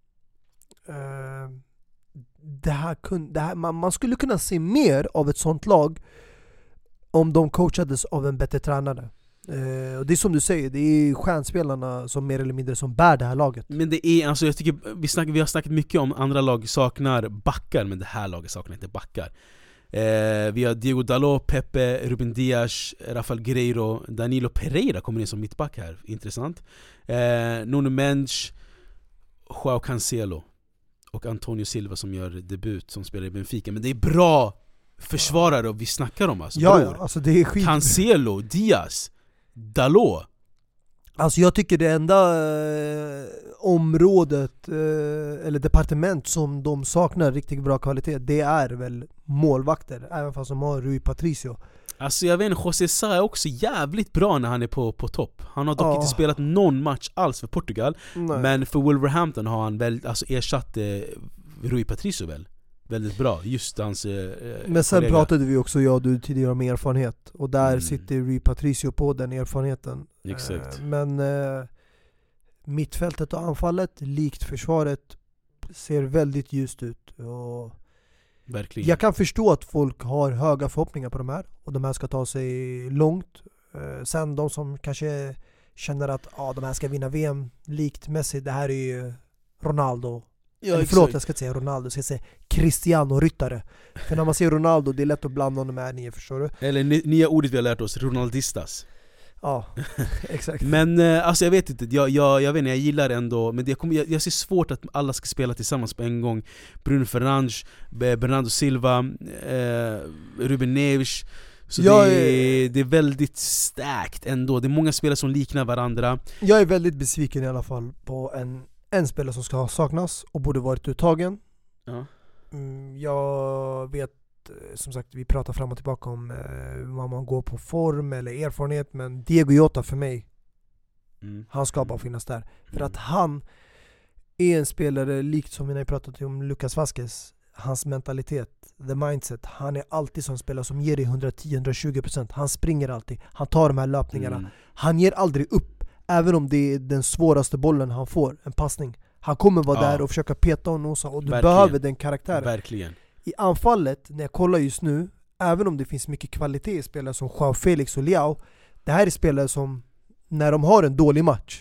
S2: eh, det här kun, det här, man, man skulle kunna se mer av ett sånt lag om de coachades av en bättre tränare. Eh, och det är som du säger, det är stjärnspelarna som mer eller mindre som bär det här laget.
S1: Men det är, alltså jag tycker, vi, snack, vi har snackat mycket om andra lag saknar backar, men det här laget saknar inte backar. Eh, vi har Diego Dalot, Pepe, Ruben Dias, Rafael Guerreiro, Danilo Pereira kommer in som mittback här, intressant. eh, Nuno Mendes, Joao Cancelo och Antonio Silva som gör debut, som spelar i Benfica. Men det är bra försvarare och vi snackar om, alltså,
S2: ja, ja, alltså det är skit.
S1: Cancelo, Diaz, Dalot.
S2: Alltså jag tycker det enda eh, området eh, eller departement som de saknar riktigt bra kvalitet, det är väl målvakter, även fast de har Rui Patricio.
S1: Alltså jag vet inte, José Sá är också jävligt bra när han är på, på topp. Han har dock oh. inte spelat någon match alls för Portugal. Nej. Men för Wolverhampton har han väl alltså ersatt eh, Rui Patricio väl väldigt bra, just hans eh,
S2: men sen
S1: kollega.
S2: Pratade vi också, jag och du tidigare om erfarenhet, och där mm. sitter Rui Patricio på den erfarenheten.
S1: Exakt.
S2: Eh, men eh, mittfältet och anfallet, likt försvaret, ser väldigt ljust ut. Och
S1: verkligen.
S2: Jag kan förstå att folk har höga förhoppningar på de här, och de här ska ta sig långt. Eh, sen de som kanske känner att ah, de här ska vinna V M likt Messi, det här är ju Ronaldo. Ja, Eller förlåt, jag ska inte säga Ronaldo, jag ska säga Cristiano-ryttare. För när man säger Ronaldo, det är lätt att blanda honom med nio, förstår du?
S1: Eller nya ordet vi har lärt oss, Ronaldistas.
S2: Ja, exakt.
S1: Men eh, alltså jag vet inte, jag, jag, jag vet inte, jag gillar ändå, men det kommer, jag, jag ser svårt att alla ska spela tillsammans på en gång. Bruno Fernandes, Bernardo Silva, eh, Ruben Neves, Så
S2: jag
S1: det,
S2: är,
S1: är, det är väldigt starkt ändå. Det är många spelare som liknar varandra.
S2: Jag är väldigt besviken i alla fall på en, en spelare som ska ha saknas och borde varit uttagen.
S1: Ja.
S2: Mm, jag vet, som sagt, vi pratar fram och tillbaka om eh, vad man går på form eller erfarenhet, men Diego Jota för mig,
S1: Mm.
S2: han ska bara finnas där. För
S1: Mm.
S2: att han är en spelare, likt som vi har pratat om Lucas Vázquez, hans mentalitet, the mindset, han är alltid som spelare som ger dig hundratio till hundratjugo procent. Han springer alltid, han tar de här löpningarna.
S1: Mm.
S2: Han ger aldrig upp, även om det är den svåraste bollen han får, en passning. Han kommer vara
S1: Ja.
S2: där och försöka peta och nosa, och du
S1: Verkligen.
S2: behöver den karaktären.
S1: Verkligen.
S2: I anfallet, när jag kollar just nu, även om det finns mycket kvalitet i spelare som Joao Felix och Leao, det här är spelare som, när de har en dålig match,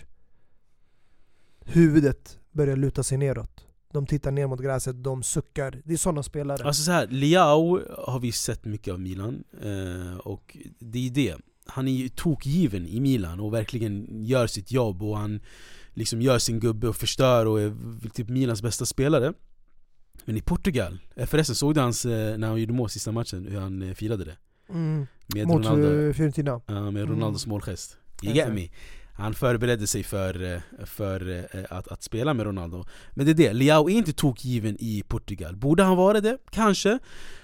S2: huvudet börjar luta sig neråt. De tittar ner mot gräset, de suckar. Det är sådana spelare.
S1: Alltså så här, Leao har vi sett mycket av Milan, eh, och det är det. Han är ju tokgiven i Milan och verkligen gör sitt jobb, och han liksom gör sin gubbe och förstör och är typ Milans bästa spelare. Men i Portugal, förresten såg du hans, när han gjorde mål sista matchen, hur han firade det?
S2: Mm.
S1: Med
S2: Mot
S1: Ronaldo,
S2: Fiorentina.
S1: ja, med Ronaldos
S2: Mm.
S1: målgest. You get me. Han förberedde sig för, för att, att spela med Ronaldo. Men det är det, Leao är inte tokgiven i Portugal. Borde han vara det? Kanske.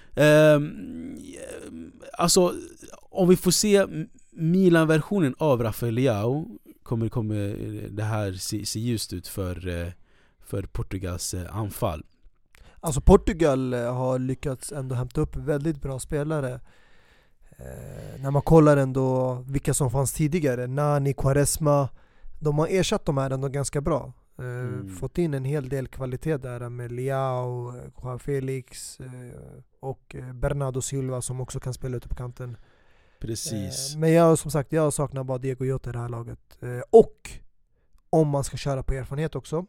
S1: Um, alltså, om vi får se Milan-versionen av Rafael Leao, kommer, kommer det här se, se just ut för, för Portugals anfall.
S2: Alltså Portugal har lyckats ändå hämta upp väldigt bra spelare. Eh, när man kollar ändå vilka som fanns tidigare, Nani, Quaresma, de har ersatt de här ändå ganska bra. Eh,
S1: Mm.
S2: Fått in en hel del kvalitet där med Leao, Joao Felix eh, och Bernardo Silva som också kan spela ute på kanten.
S1: Precis.
S2: Eh, men jag, som sagt, jag saknar bara Diego Jota i det här laget. Eh, och om man ska köra på erfarenhet också,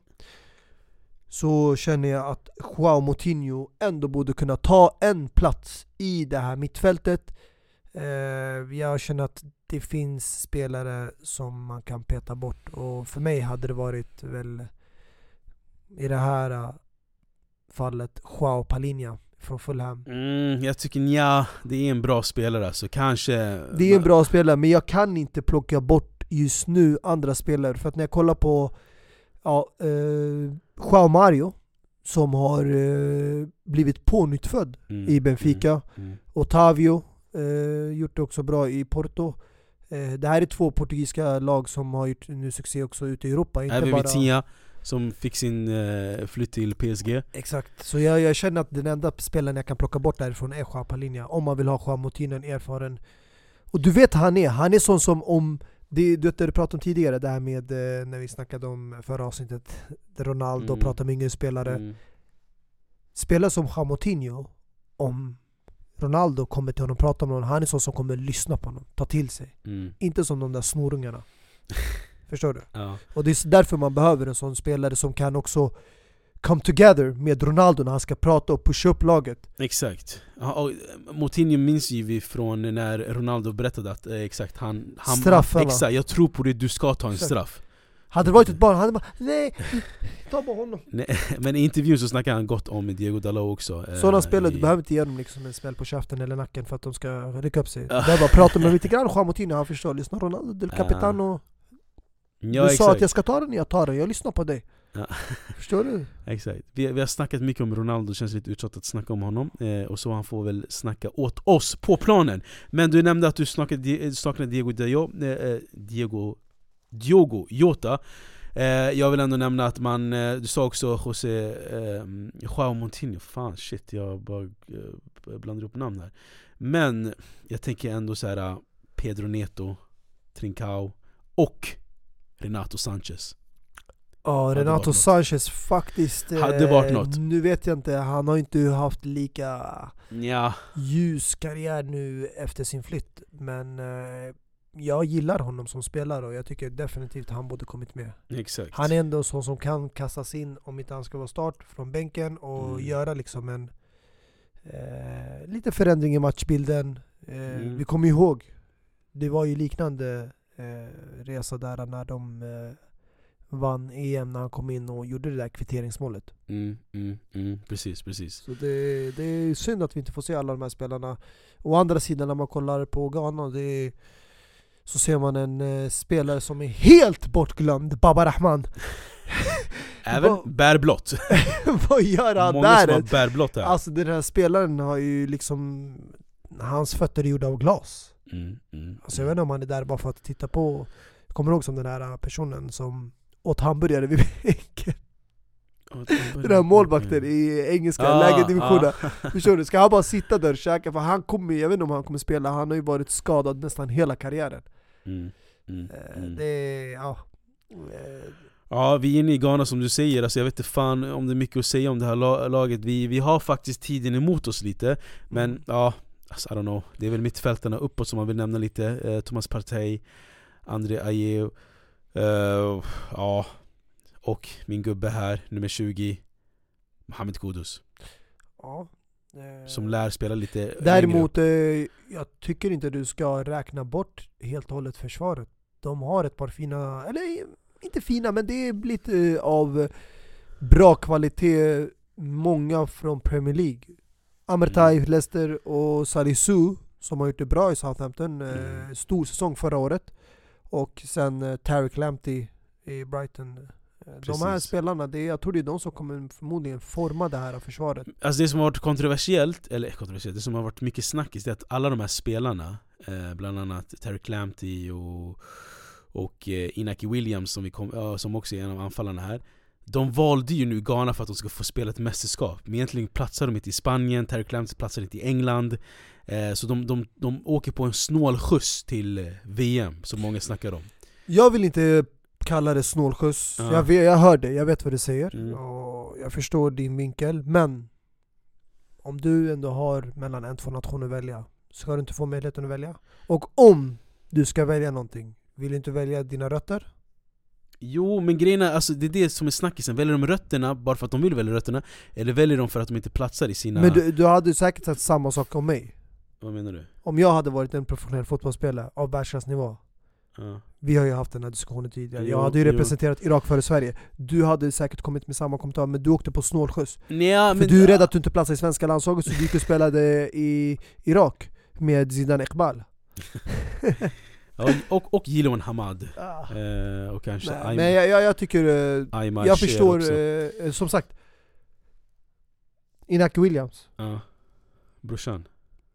S2: så känner jag att Joao Moutinho ändå borde kunna ta en plats i det här mittfältet. Eh, jag känner att det finns spelare som man kan peta bort, och för mig hade det varit väl i det här fallet Joao Palhinha från Fulham.
S1: Mm, jag tycker ja, det är en bra spelare, så kanske
S2: Det är en bra spelare, men jag kan inte plocka bort just nu andra spelare, för att när jag kollar på ja, eh, Joao Mario som har eh, blivit pånyttfödd
S1: mm,
S2: i Benfica,
S1: mm, mm.
S2: Otavio eh, gjort det också bra i Porto. Eh, det här är två portugisiska lag som har gjort nu succé också ute i Europa. Inte
S1: Även
S2: bara...
S1: Vitinha som fick sin eh, flytt till P S G.
S2: Exakt, så jag, jag känner att den enda spelaren jag kan plocka bort därifrån är Joao Palhinha, om man vill ha Joao Moutinho, en erfaren. Och du vet han är, han är sån som om det, du vet det du pratade om tidigare, det här med eh, när vi snackade om förra avsnittet, där Ronaldo
S1: Mm.
S2: pratade med yngre spelare.
S1: Mm.
S2: Spelare som Joao Moutinho, om Ronaldo kommer till honom och pratar med honom, han är sån som kommer lyssna på honom, ta till sig.
S1: Mm.
S2: Inte som de där snorungarna. Förstår du?
S1: Ja.
S2: Och det är därför man behöver en sån spelare som kan också come together med Ronaldo när han ska prata och pusha upp laget.
S1: Exakt. Ja, och Moutinho minns ju vi från när Ronaldo berättade att eh, exakt han, han
S2: Straffarna.
S1: exakt, jag tror på det, du ska ta en
S2: Exakt.
S1: straff.
S2: Hade det varit ett barn, han hade bara nej, ta bara honom.
S1: Nej, men i intervjun så snackar han gott om Diego Dalot också. eh,
S2: Sådana spelare,
S1: i-
S2: du behöver inte ge dem liksom en smäll på käften eller nacken för att de ska rycka upp sig.
S1: Ja.
S2: Du behöver bara prata med dem lite grann, Joao Moutinho, han förstår. Lyssna Ronaldo, del Capitano.
S1: Ja,
S2: Du sa
S1: exakt.
S2: att jag ska ta den, jag tar den, jag lyssnar på dig.
S1: Ja.
S2: Förstår du?
S1: Exakt. Vi, vi har snackat mycket om Ronaldo, det känns lite utsatt att snacka om honom, eh, och så han får väl snacka åt oss på planen. Men du nämnde att du snackade, saknade Diego, Dayo, eh, Diego Diogo Jota. eh, Jag vill ändå nämna att man, eh, du sa också José eh, Joao Moutinho. Fan shit, jag bara eh, blandar upp namn här. Men jag tänker ändå så här: eh, Pedro Neto, Trincao och Renato Sanchez.
S2: Ja,
S1: Hade
S2: Renato
S1: varit något.
S2: Sanchez faktiskt.
S1: Hade varit
S2: eh,
S1: något.
S2: Nu vet jag inte, han har inte haft lika
S1: Ja.
S2: ljus karriär nu efter sin flytt. Men eh, jag gillar honom som spelare och jag tycker definitivt han borde kommit med.
S1: Exakt.
S2: Han är ändå sån som kan kastas in om inte han ska vara start från bänken och
S1: Mm.
S2: göra liksom en eh, lite förändring i matchbilden. Eh,
S1: Mm.
S2: Vi kommer ihåg, det var ju liknande eh, resa där när de eh, vann E M när han kom in och gjorde det där kvitteringsmålet.
S1: Mm, mm, mm, precis, precis.
S2: Så det, det är synd att vi inte får se alla de här spelarna. Å andra sidan när man kollar på Ghana, det är, så ser man en eh, spelare som är helt bortglömd, Baba Rahman.
S1: Även bärblått.
S2: Vad gör han
S1: Många
S2: där?
S1: som har bärblått här.
S2: Alltså den här spelaren har ju liksom, hans fötter är gjorda av glas.
S1: Mm, mm,
S2: Alltså jag vet inte om han är där bara för att titta på. Jag kommer ihåg som den här personen som åt hamburgare vid bänken. Den här målvakten i engelska ah, lägendivisionen. Ah. Förstår du? Ska han bara sitta där och käka? För han kommer, jag vet inte om han kommer spela. Han har ju varit skadad nästan hela karriären.
S1: Mm, mm, mm.
S2: Det, ja.
S1: Ja, vi är inne i Ghana som du säger. Alltså jag vet inte fan om det är mycket att säga om det här laget. Vi, vi har faktiskt tiden emot oss lite. Men mm. ja, alltså, I don't know. Det är väl mittfältarna uppåt som man vill nämna lite. Eh, Thomas Partey, André Ayew. Uh, ja. Och min gubbe här, nummer tjugo, Mohamed Kudus.
S2: Ja. Eh,
S1: som lär spela lite.
S2: Däremot, eh, jag tycker inte du ska räkna bort helt och hållet försvaret. De har ett par fina, eller inte fina, men det är lite av bra kvalitet. Många från Premier League. Amertai, mm. Leicester och Salisu som har gjort det bra i Southampton. Mm. Eh, stor säsong förra året. Och sen eh, Tariq Lamptey i Brighton. Precis. De här spelarna, det är, jag tror det är de som kommer förmodligen forma det här försvaret.
S1: Alltså det som har varit kontroversiellt, eller kontroversiellt, det som har varit mycket snackis, det är att alla de här spelarna, eh, bland annat Tariq Lamptey och, och eh, Inaki Williams som, vi kom, ja, som också är en av anfallarna här, de valde ju nu Ghana för att de ska få spela ett mästerskap. Men egentligen platsar de inte i Spanien, Tariq Lamptey platsar inte i England. Eh, så de, de, de åker på en snålskjuts till eh, V M som många snackar om.
S2: Jag vill inte kalla det snålskjuts.
S1: Ja.
S2: Jag, vet, jag hör det, jag vet vad du säger.
S1: Mm.
S2: Och jag förstår din vinkel. Men om du ändå har mellan en två nationer att välja, ska du inte få möjligheten att välja. Och om du ska välja någonting, vill du inte välja dina rötter?
S1: Jo, men grejen är, alltså, det är det som är snackisen. Väljer de rötterna bara för att de vill välja rötterna, eller väljer de för att de inte platsar i sina...
S2: Men du, du hade säkert sagt samma sak om mig.
S1: Vad menar du?
S2: Om jag hade varit en professionell fotbollsspelare av världsklassnivå.
S1: Ja.
S2: Vi har ju haft den här diskussionen tidigare.
S1: Jo,
S2: jag hade ju
S1: jo.
S2: representerat Irak före Sverige. Du hade säkert kommit med samma kommentar, men du åkte på snålskjuts.
S1: Nja,
S2: För
S1: men
S2: du är rädd att du inte platsar i svenska landslaget, så du gick och spelade i Irak med Zidane Iqbal.
S1: Ja, och, och Gilon Hamad.
S2: Ah.
S1: eh, Och kanske
S2: Nej,
S1: Aym-
S2: men jag, jag, jag tycker eh,
S1: Aymar
S2: jag
S1: Cher
S2: förstår
S1: också.
S2: eh, som sagt Inaki Williams.
S1: Ja. Brorsan.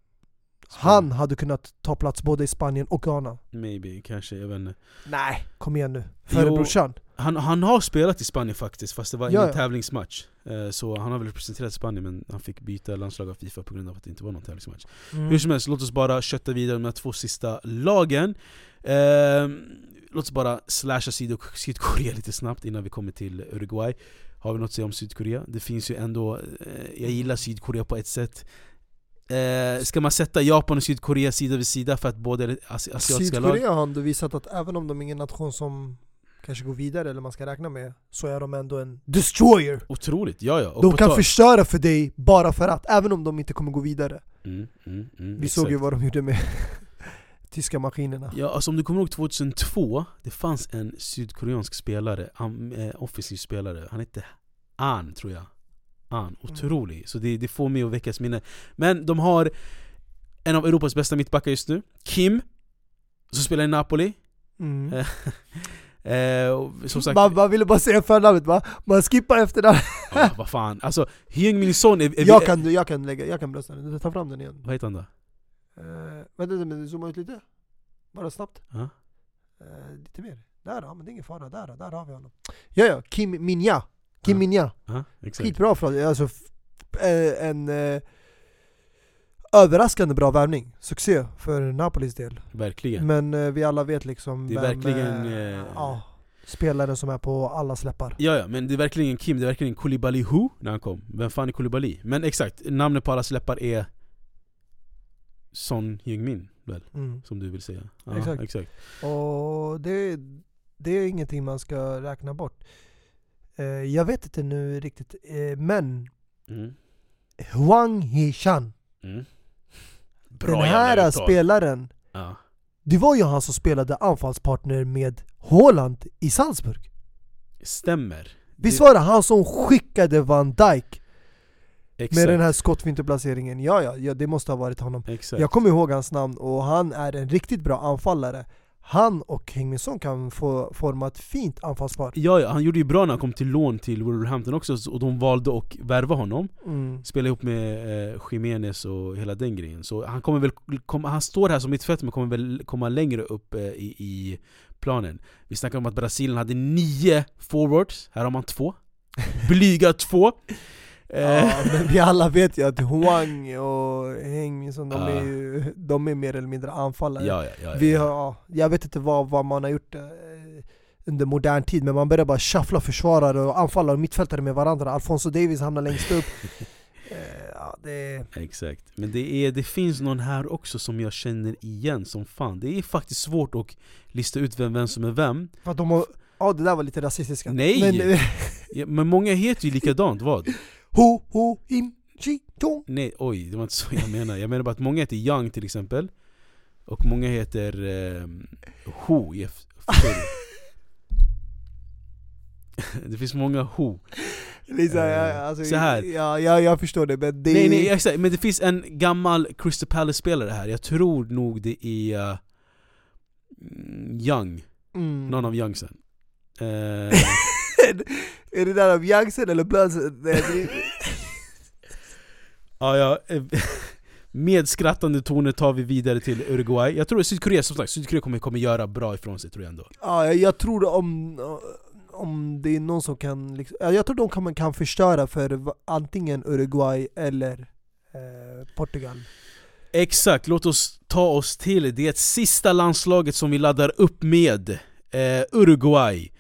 S2: Han hade kunnat ta plats både i Spanien och Ghana.
S1: Maybe, kanske, jag vet inte.
S2: Nej, kom igen nu. Före
S1: Jo,
S2: brorsan.
S1: Han, han har spelat i Spanien faktiskt, fast det var
S2: Ja,
S1: ingen
S2: ja.
S1: tävlingsmatch. eh, Så han har väl representerat Spanien, men han fick byta landslag av FIFA på grund av att det inte var någon tävlingsmatch.
S2: Mm.
S1: Hur som helst, låt oss bara kötta vidare med de två sista lagen. eh, Låt oss bara slasha Syd- Sydkorea lite snabbt innan vi kommer till Uruguay. Har vi något att säga om Sydkorea? Det finns ju ändå, eh, jag gillar Sydkorea på ett sätt. Eh, ska man sätta Japan och Sydkorea sida vid sida för att båda är asi- asiatiska lag?
S2: Sydkorea har ändå visat att även om de är ingen nation som kanske går vidare eller man ska räkna med, så är de ändå en destroyer.
S1: Otroligt, ja ja. Och
S2: De
S1: på
S2: kan
S1: tal-
S2: förstöra för dig bara för att, även om de inte kommer gå vidare.
S1: mm, mm, mm,
S2: Vi
S1: exakt.
S2: såg ju vad de gjorde med tyska maskinerna.
S1: Ja, alltså om du kommer ihåg tjugohundratvå, det fanns en sydkoreansk spelare, um, eh, offensiv spelare, han hette An, tror jag. An, otrolig. Mm. Så det, det får mig att väckas minne. Men de har en av Europas bästa mittbackar just nu, Kim, som spelar i Napoli.
S2: Mm.
S1: eh, och, som sagt,
S2: man, man ville bara säga förnamnet, va? Man skippar efter det.
S1: ja, vad fan. Alltså, Hyung Min Son är, är
S2: jag, kan, jag kan lägga, jag kan brösta den. Ta fram den igen.
S1: Vad heter han då?
S2: Uh, vänta, men zooma ut lite. Bara snabbt.
S1: Uh.
S2: Uh, lite mer. Där, ja, men det är ingen fara. Där, där har vi honom. Ja, ja, Kim Min-ja. Kim
S1: uh.
S2: Min-ja.
S1: Uh,
S2: Skitbra för alltså, f- äh, en äh, överraskande bra värvning. Succé för Napolis del.
S1: Verkligen.
S2: Men äh, vi alla vet liksom
S1: det är
S2: vem,
S1: verkligen
S2: äh,
S1: eh,
S2: ja, spelaren som är på alla släppar.
S1: Ja, ja, men det är verkligen Kim, det är verkligen Koulibaly Hu när han kom. Vem fan är Koulibaly? Men exakt, namnet på alla släppar är Son Heung-min, väl?
S2: Mm.
S1: Som du vill säga. Ja,
S2: exakt.
S1: exakt.
S2: Och det, det är ingenting man ska räkna bort. Eh, jag vet inte nu riktigt, eh, men
S1: Mm.
S2: Hwang Hee-chan,
S1: Mm.
S2: den här spelaren,
S1: ja.
S2: det var ju han som spelade anfallspartner med Haaland i Salzburg.
S1: Stämmer.
S2: Visst var det han som skickade Van Dijk
S1: Exakt.
S2: med den här skottvinterplaceringen? Ja, ja, ja, det måste ha varit honom.
S1: Exakt.
S2: Jag kommer ihåg hans namn och han är en riktigt bra anfallare. Han och Heung-min Son kan få forma ett fint anfallspar.
S1: Ja, ja, han gjorde ju bra när han kom till lån till Wolverhampton också, och de valde att värva honom.
S2: Mm.
S1: Spela ihop med eh, Jimenez och hela den grejen. Så han kommer väl komma, han står här som mittfältare men kommer väl komma längre upp eh, i, i planen. Vi snackar om att Brasilien hade nio forwards. Här har man två. Blyga två.
S2: Ja, men vi alla vet ju att Hwang och Heung-min Son, de,
S1: Ja.
S2: är ju, de är mer eller mindre anfallare.
S1: Ja, ja, ja, ja.
S2: Vi har, jag vet inte vad, vad man har gjort eh, under modern tid, men man börjar bara shuffla försvarare och anfallare och mittfältare med varandra. Alfonso Davies hamnar längst upp. eh, ja, det...
S1: Exakt. Men det, är, det finns någon här också som jag känner igen som fan. Det är faktiskt svårt att lista ut vem, vem som är vem.
S2: För att de har, ja, det där var lite rasistiska.
S1: Nej!
S2: Men,
S1: Ja, men många heter ju likadant, vad?
S2: Ho, ho, im, chi, tong.
S1: Nej, oj, det var inte så jag menar. Jag menar bara att många heter Young till exempel. Och många heter eh, Ho. Jag förstår du? Det finns många Ho.
S2: Lisa, jag, alltså,
S1: så här.
S2: Ja, ja, jag förstår det, men det...
S1: Nej, nej, exakt. Men det finns en gammal Crystal Palace-spelare här. Jag tror nog det är uh, Young.
S2: Mm.
S1: Någon av Youngsen. Uh,
S2: Är det där av Youngsen eller Bloods?
S1: ja, ja. Med skrattande toner tar vi vidare till Uruguay. Jag tror att Sydkorea, som sagt, Sydkorea kommer, kommer göra bra ifrån sig, tror jag ändå.
S2: Ja, jag, jag tror om, om det är någon som kan liksom, jag tror de kan, kan förstöra för antingen Uruguay eller eh, Portugal.
S1: Exakt, låt oss ta oss till det sista landslaget som vi laddar upp med. eh, Uruguay.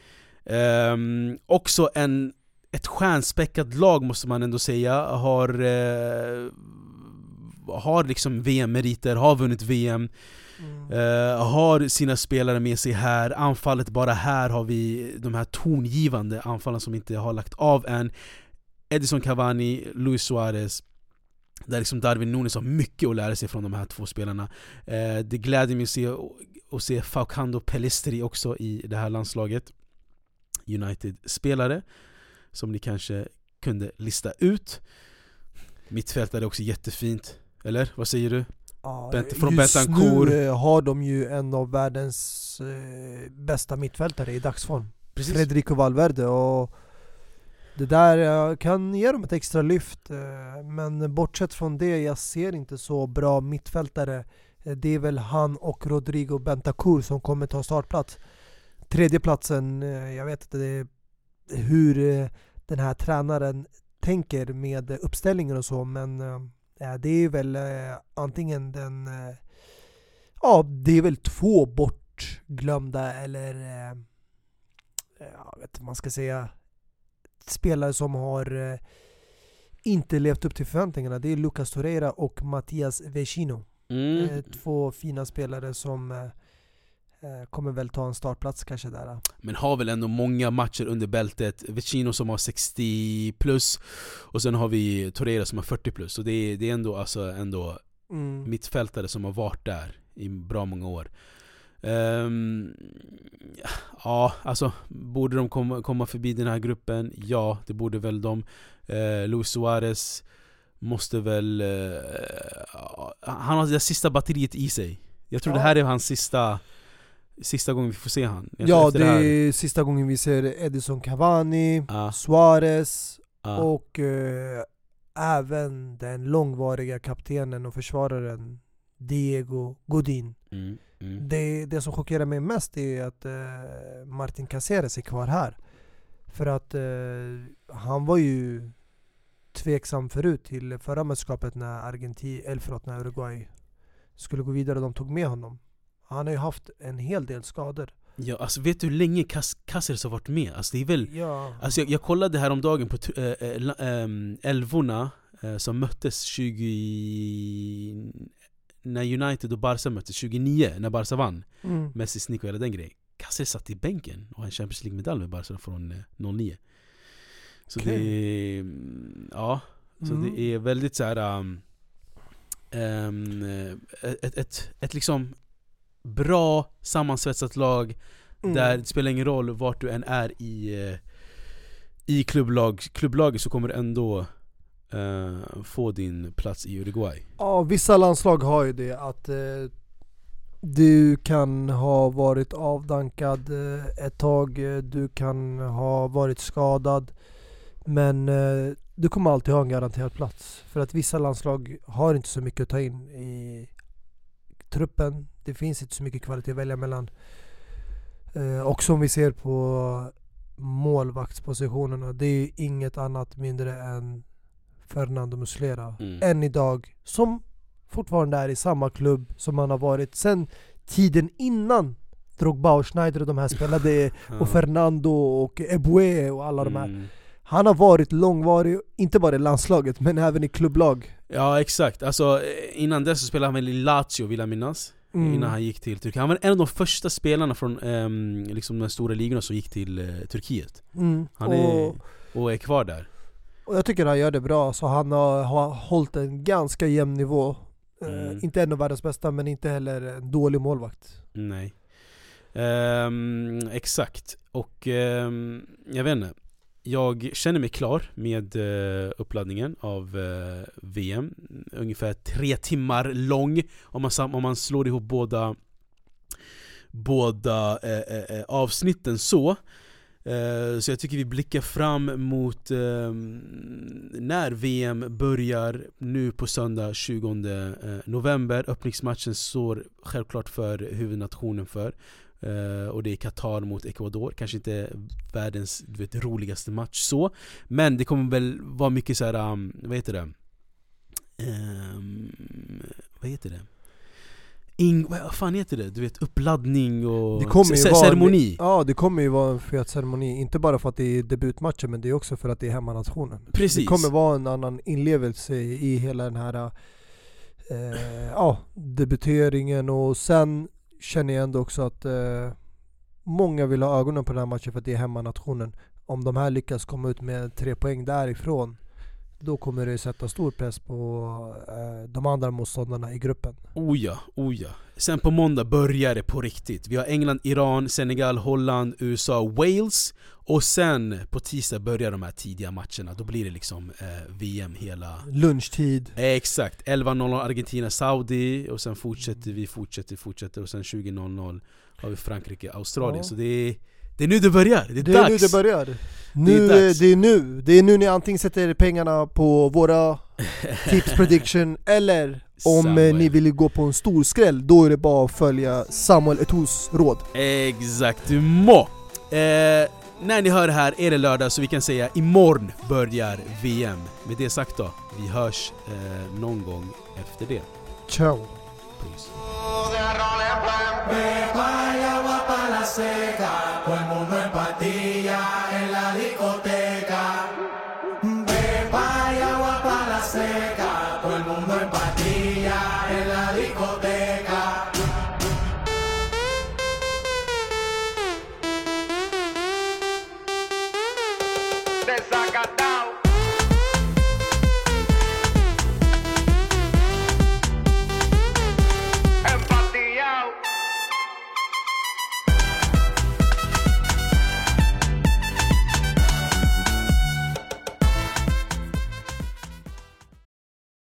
S1: Um, också en, ett stjärnspäckat lag måste man ändå säga. Har eh, har liksom V M-meriter, har vunnit V M, mm. eh, har sina spelare med sig här. Anfallet, bara här har vi de här tongivande anfallen som inte har lagt av än. Edison Cavani, Luis Suarez. Där liksom Darwin Núñez har mycket att lära sig från de här två spelarna. eh, Det gläder mig att se, att se Facundo Pellistri också i det här landslaget. United-spelare som ni kanske kunde lista ut. Mittfältare är också jättefint. Eller? Vad säger du?
S2: Ja,
S1: Bent- från
S2: just
S1: Bentancur.
S2: nu har de ju en av världens eh, bästa mittfältare i dagsform.
S1: Precis.
S2: Federico Valverde, och det där eh, kan ge dem ett extra lyft. Eh, men bortsett från det, jag ser inte så bra mittfältare. Eh, det är väl han och Rodrigo Bentancur som kommer ta startplats. Tredje platsen, eh, jag vet inte det, hur eh, den här tränaren tänker med uppställningen och så, men eh, det är väl eh, antingen den eh, ja, det är väl två bortglömda eller eh, jag vet inte vad man ska säga, spelare som har eh, inte levt upp till förväntningarna. Det är Lucas Torreira och Matias Vecino.
S1: Mm.
S2: Eh, två fina spelare som eh, kommer väl ta en startplats kanske där.
S1: Men har väl ändå många matcher under bältet. Vecino som har sextio plus, och sen har vi Torreira som har fyrtio plus. Så det är, det är ändå, alltså, ändå mm. mittfältare som har varit där i bra många år. Um, ja, alltså borde de komma, komma förbi den här gruppen? Ja, det borde väl de. uh, Luis Suarez måste väl uh, han har det sista batteriet i sig. Jag tror ja. det här är hans sista Sista gången vi får se han. Jag
S2: ja, det,
S1: det
S2: är sista gången vi ser Edison Cavani,
S1: ah.
S2: Suarez
S1: ah.
S2: och uh, även den långvariga kaptenen och försvararen Diego Godin.
S1: Mm, mm.
S2: Det, det som chockerar mig mest är att uh, Martin Caceres är kvar här. För att uh, han var ju tveksam förut till förra mästerskapet när Argentin, eller förlåt, när Uruguay skulle gå vidare och de tog med honom. Han har ju haft en hel del skador.
S1: Ja, alltså vet du hur länge Caceres har varit med? Alltså det är väl...
S2: Ja.
S1: Alltså jag, jag kollade här om dagen på äh, äh, älvorna äh, som möttes tjugo... När United och Barca möttes tjugonio, när Barca vann. Mm. Messi, Nico och hela den grejen. Caceres satt i bänken och har en Champions League-medalj med Barca från äh, noll nio. Så okay. det är... Ja, så mm. det är väldigt så här... Um, um, ett, ett, ett, ett liksom... bra sammansvetsat lag Mm. Där det spelar ingen roll vart du än är i, i klubblag, klubblaget, så kommer du ändå uh, få din plats i Uruguay.
S2: Ja, vissa landslag har ju det att uh, du kan ha varit avdankad uh, ett tag, uh, du kan ha varit skadad, men uh, du kommer alltid ha en garanterad plats. För att vissa landslag har inte så mycket att ta in i truppen. Det finns inte så mycket kvalitet att välja mellan. Uh, och som vi ser på målvaktspositionerna, det är inget annat mindre än Fernando Muslera. Mm. Än idag, som fortfarande är i samma klubb som han har varit sen tiden innan Drogba och Schneider och de här spelade och Fernando och Eboué och alla mm. de här. Han har varit långvarig, inte bara i landslaget men även i klubblag.
S1: Ja, exakt. Alltså, innan dess så spelade han väl i Lazio, vill jag minnas. Mm. Innan han gick till Turkiet. Han var en av de första spelarna från um, liksom de stora ligorna som gick till uh, Turkiet. Mm. Han är, och, och är kvar där.
S2: Och jag tycker han gör det bra. Så han har, har hållit en ganska jämn nivå. Mm. Uh, inte en av världens bästa, men inte heller en dålig målvakt.
S1: Nej. Um, exakt. Och um, jag vet inte. Jag känner mig klar med uh, uppladdningen av uh, V M. Ungefär tre timmar lång. Om man, om man slår ihop båda, båda uh, uh, avsnitten så. Uh, så jag tycker vi blickar fram mot uh, när V M börjar nu på söndag tjugonde november. Öppningsmatchen står självklart för huvudnationen för. Uh, och det är Qatar mot Ecuador. Kanske inte världens, du vet, roligaste match så, men det kommer väl vara mycket så här, um, vad heter det? Um, vad heter det? Ing, vad fan heter det? Du vet, uppladdning och
S2: det c- ceremoni. En, ja, det kommer ju vara en fet ceremoni. Inte bara för att det är debutmatchen, men det är också för att det är hemmanationen.
S1: Precis.
S2: Det kommer vara en annan inlevelse i hela den här uh, ja, debuteringen. Och sen känner jag ändå också att eh, många vill ha ögonen på den här matchen för att det är hemmanationen. Om de här lyckas komma ut med tre poäng därifrån, då kommer det sätta stor press på eh, de andra motståndarna i gruppen.
S1: Oh ja, oh ja. Sen på måndag börjar det på riktigt. Vi har England, Iran, Senegal, Holland, U S A, Wales. Och sen på tisdag börjar de här tidiga matcherna. Då blir det liksom eh, V M hela
S2: lunchtid.
S1: Eh, exakt, elva noll noll Argentina, Saudi. Och sen fortsätter vi, fortsätter, fortsätter. Och sen tjugo noll noll har vi Frankrike, Australien. Ja. Så det är, det är nu det börjar, det är,
S2: det är
S1: dags.
S2: nu det börjar. Nu, det, är det är nu. Det är nu ni antingen sätter pengarna på våra tips prediction, eller om Samuel. Ni vill gå på en stor skräll, då är det bara att följa Samuel Eto'os råd.
S1: Exakt, du må. Eh, när ni hör det här är det lördag, så vi kan säga imorgon börjar V M. Med det sagt då, vi hörs eh, någon gång efter det.
S2: Ciao.
S1: Peace.
S3: Todo el mundo en pastilla en la discoteca. Beba y agua para la seca. Todo el mundo en pastilla en la discoteca. Desayuno.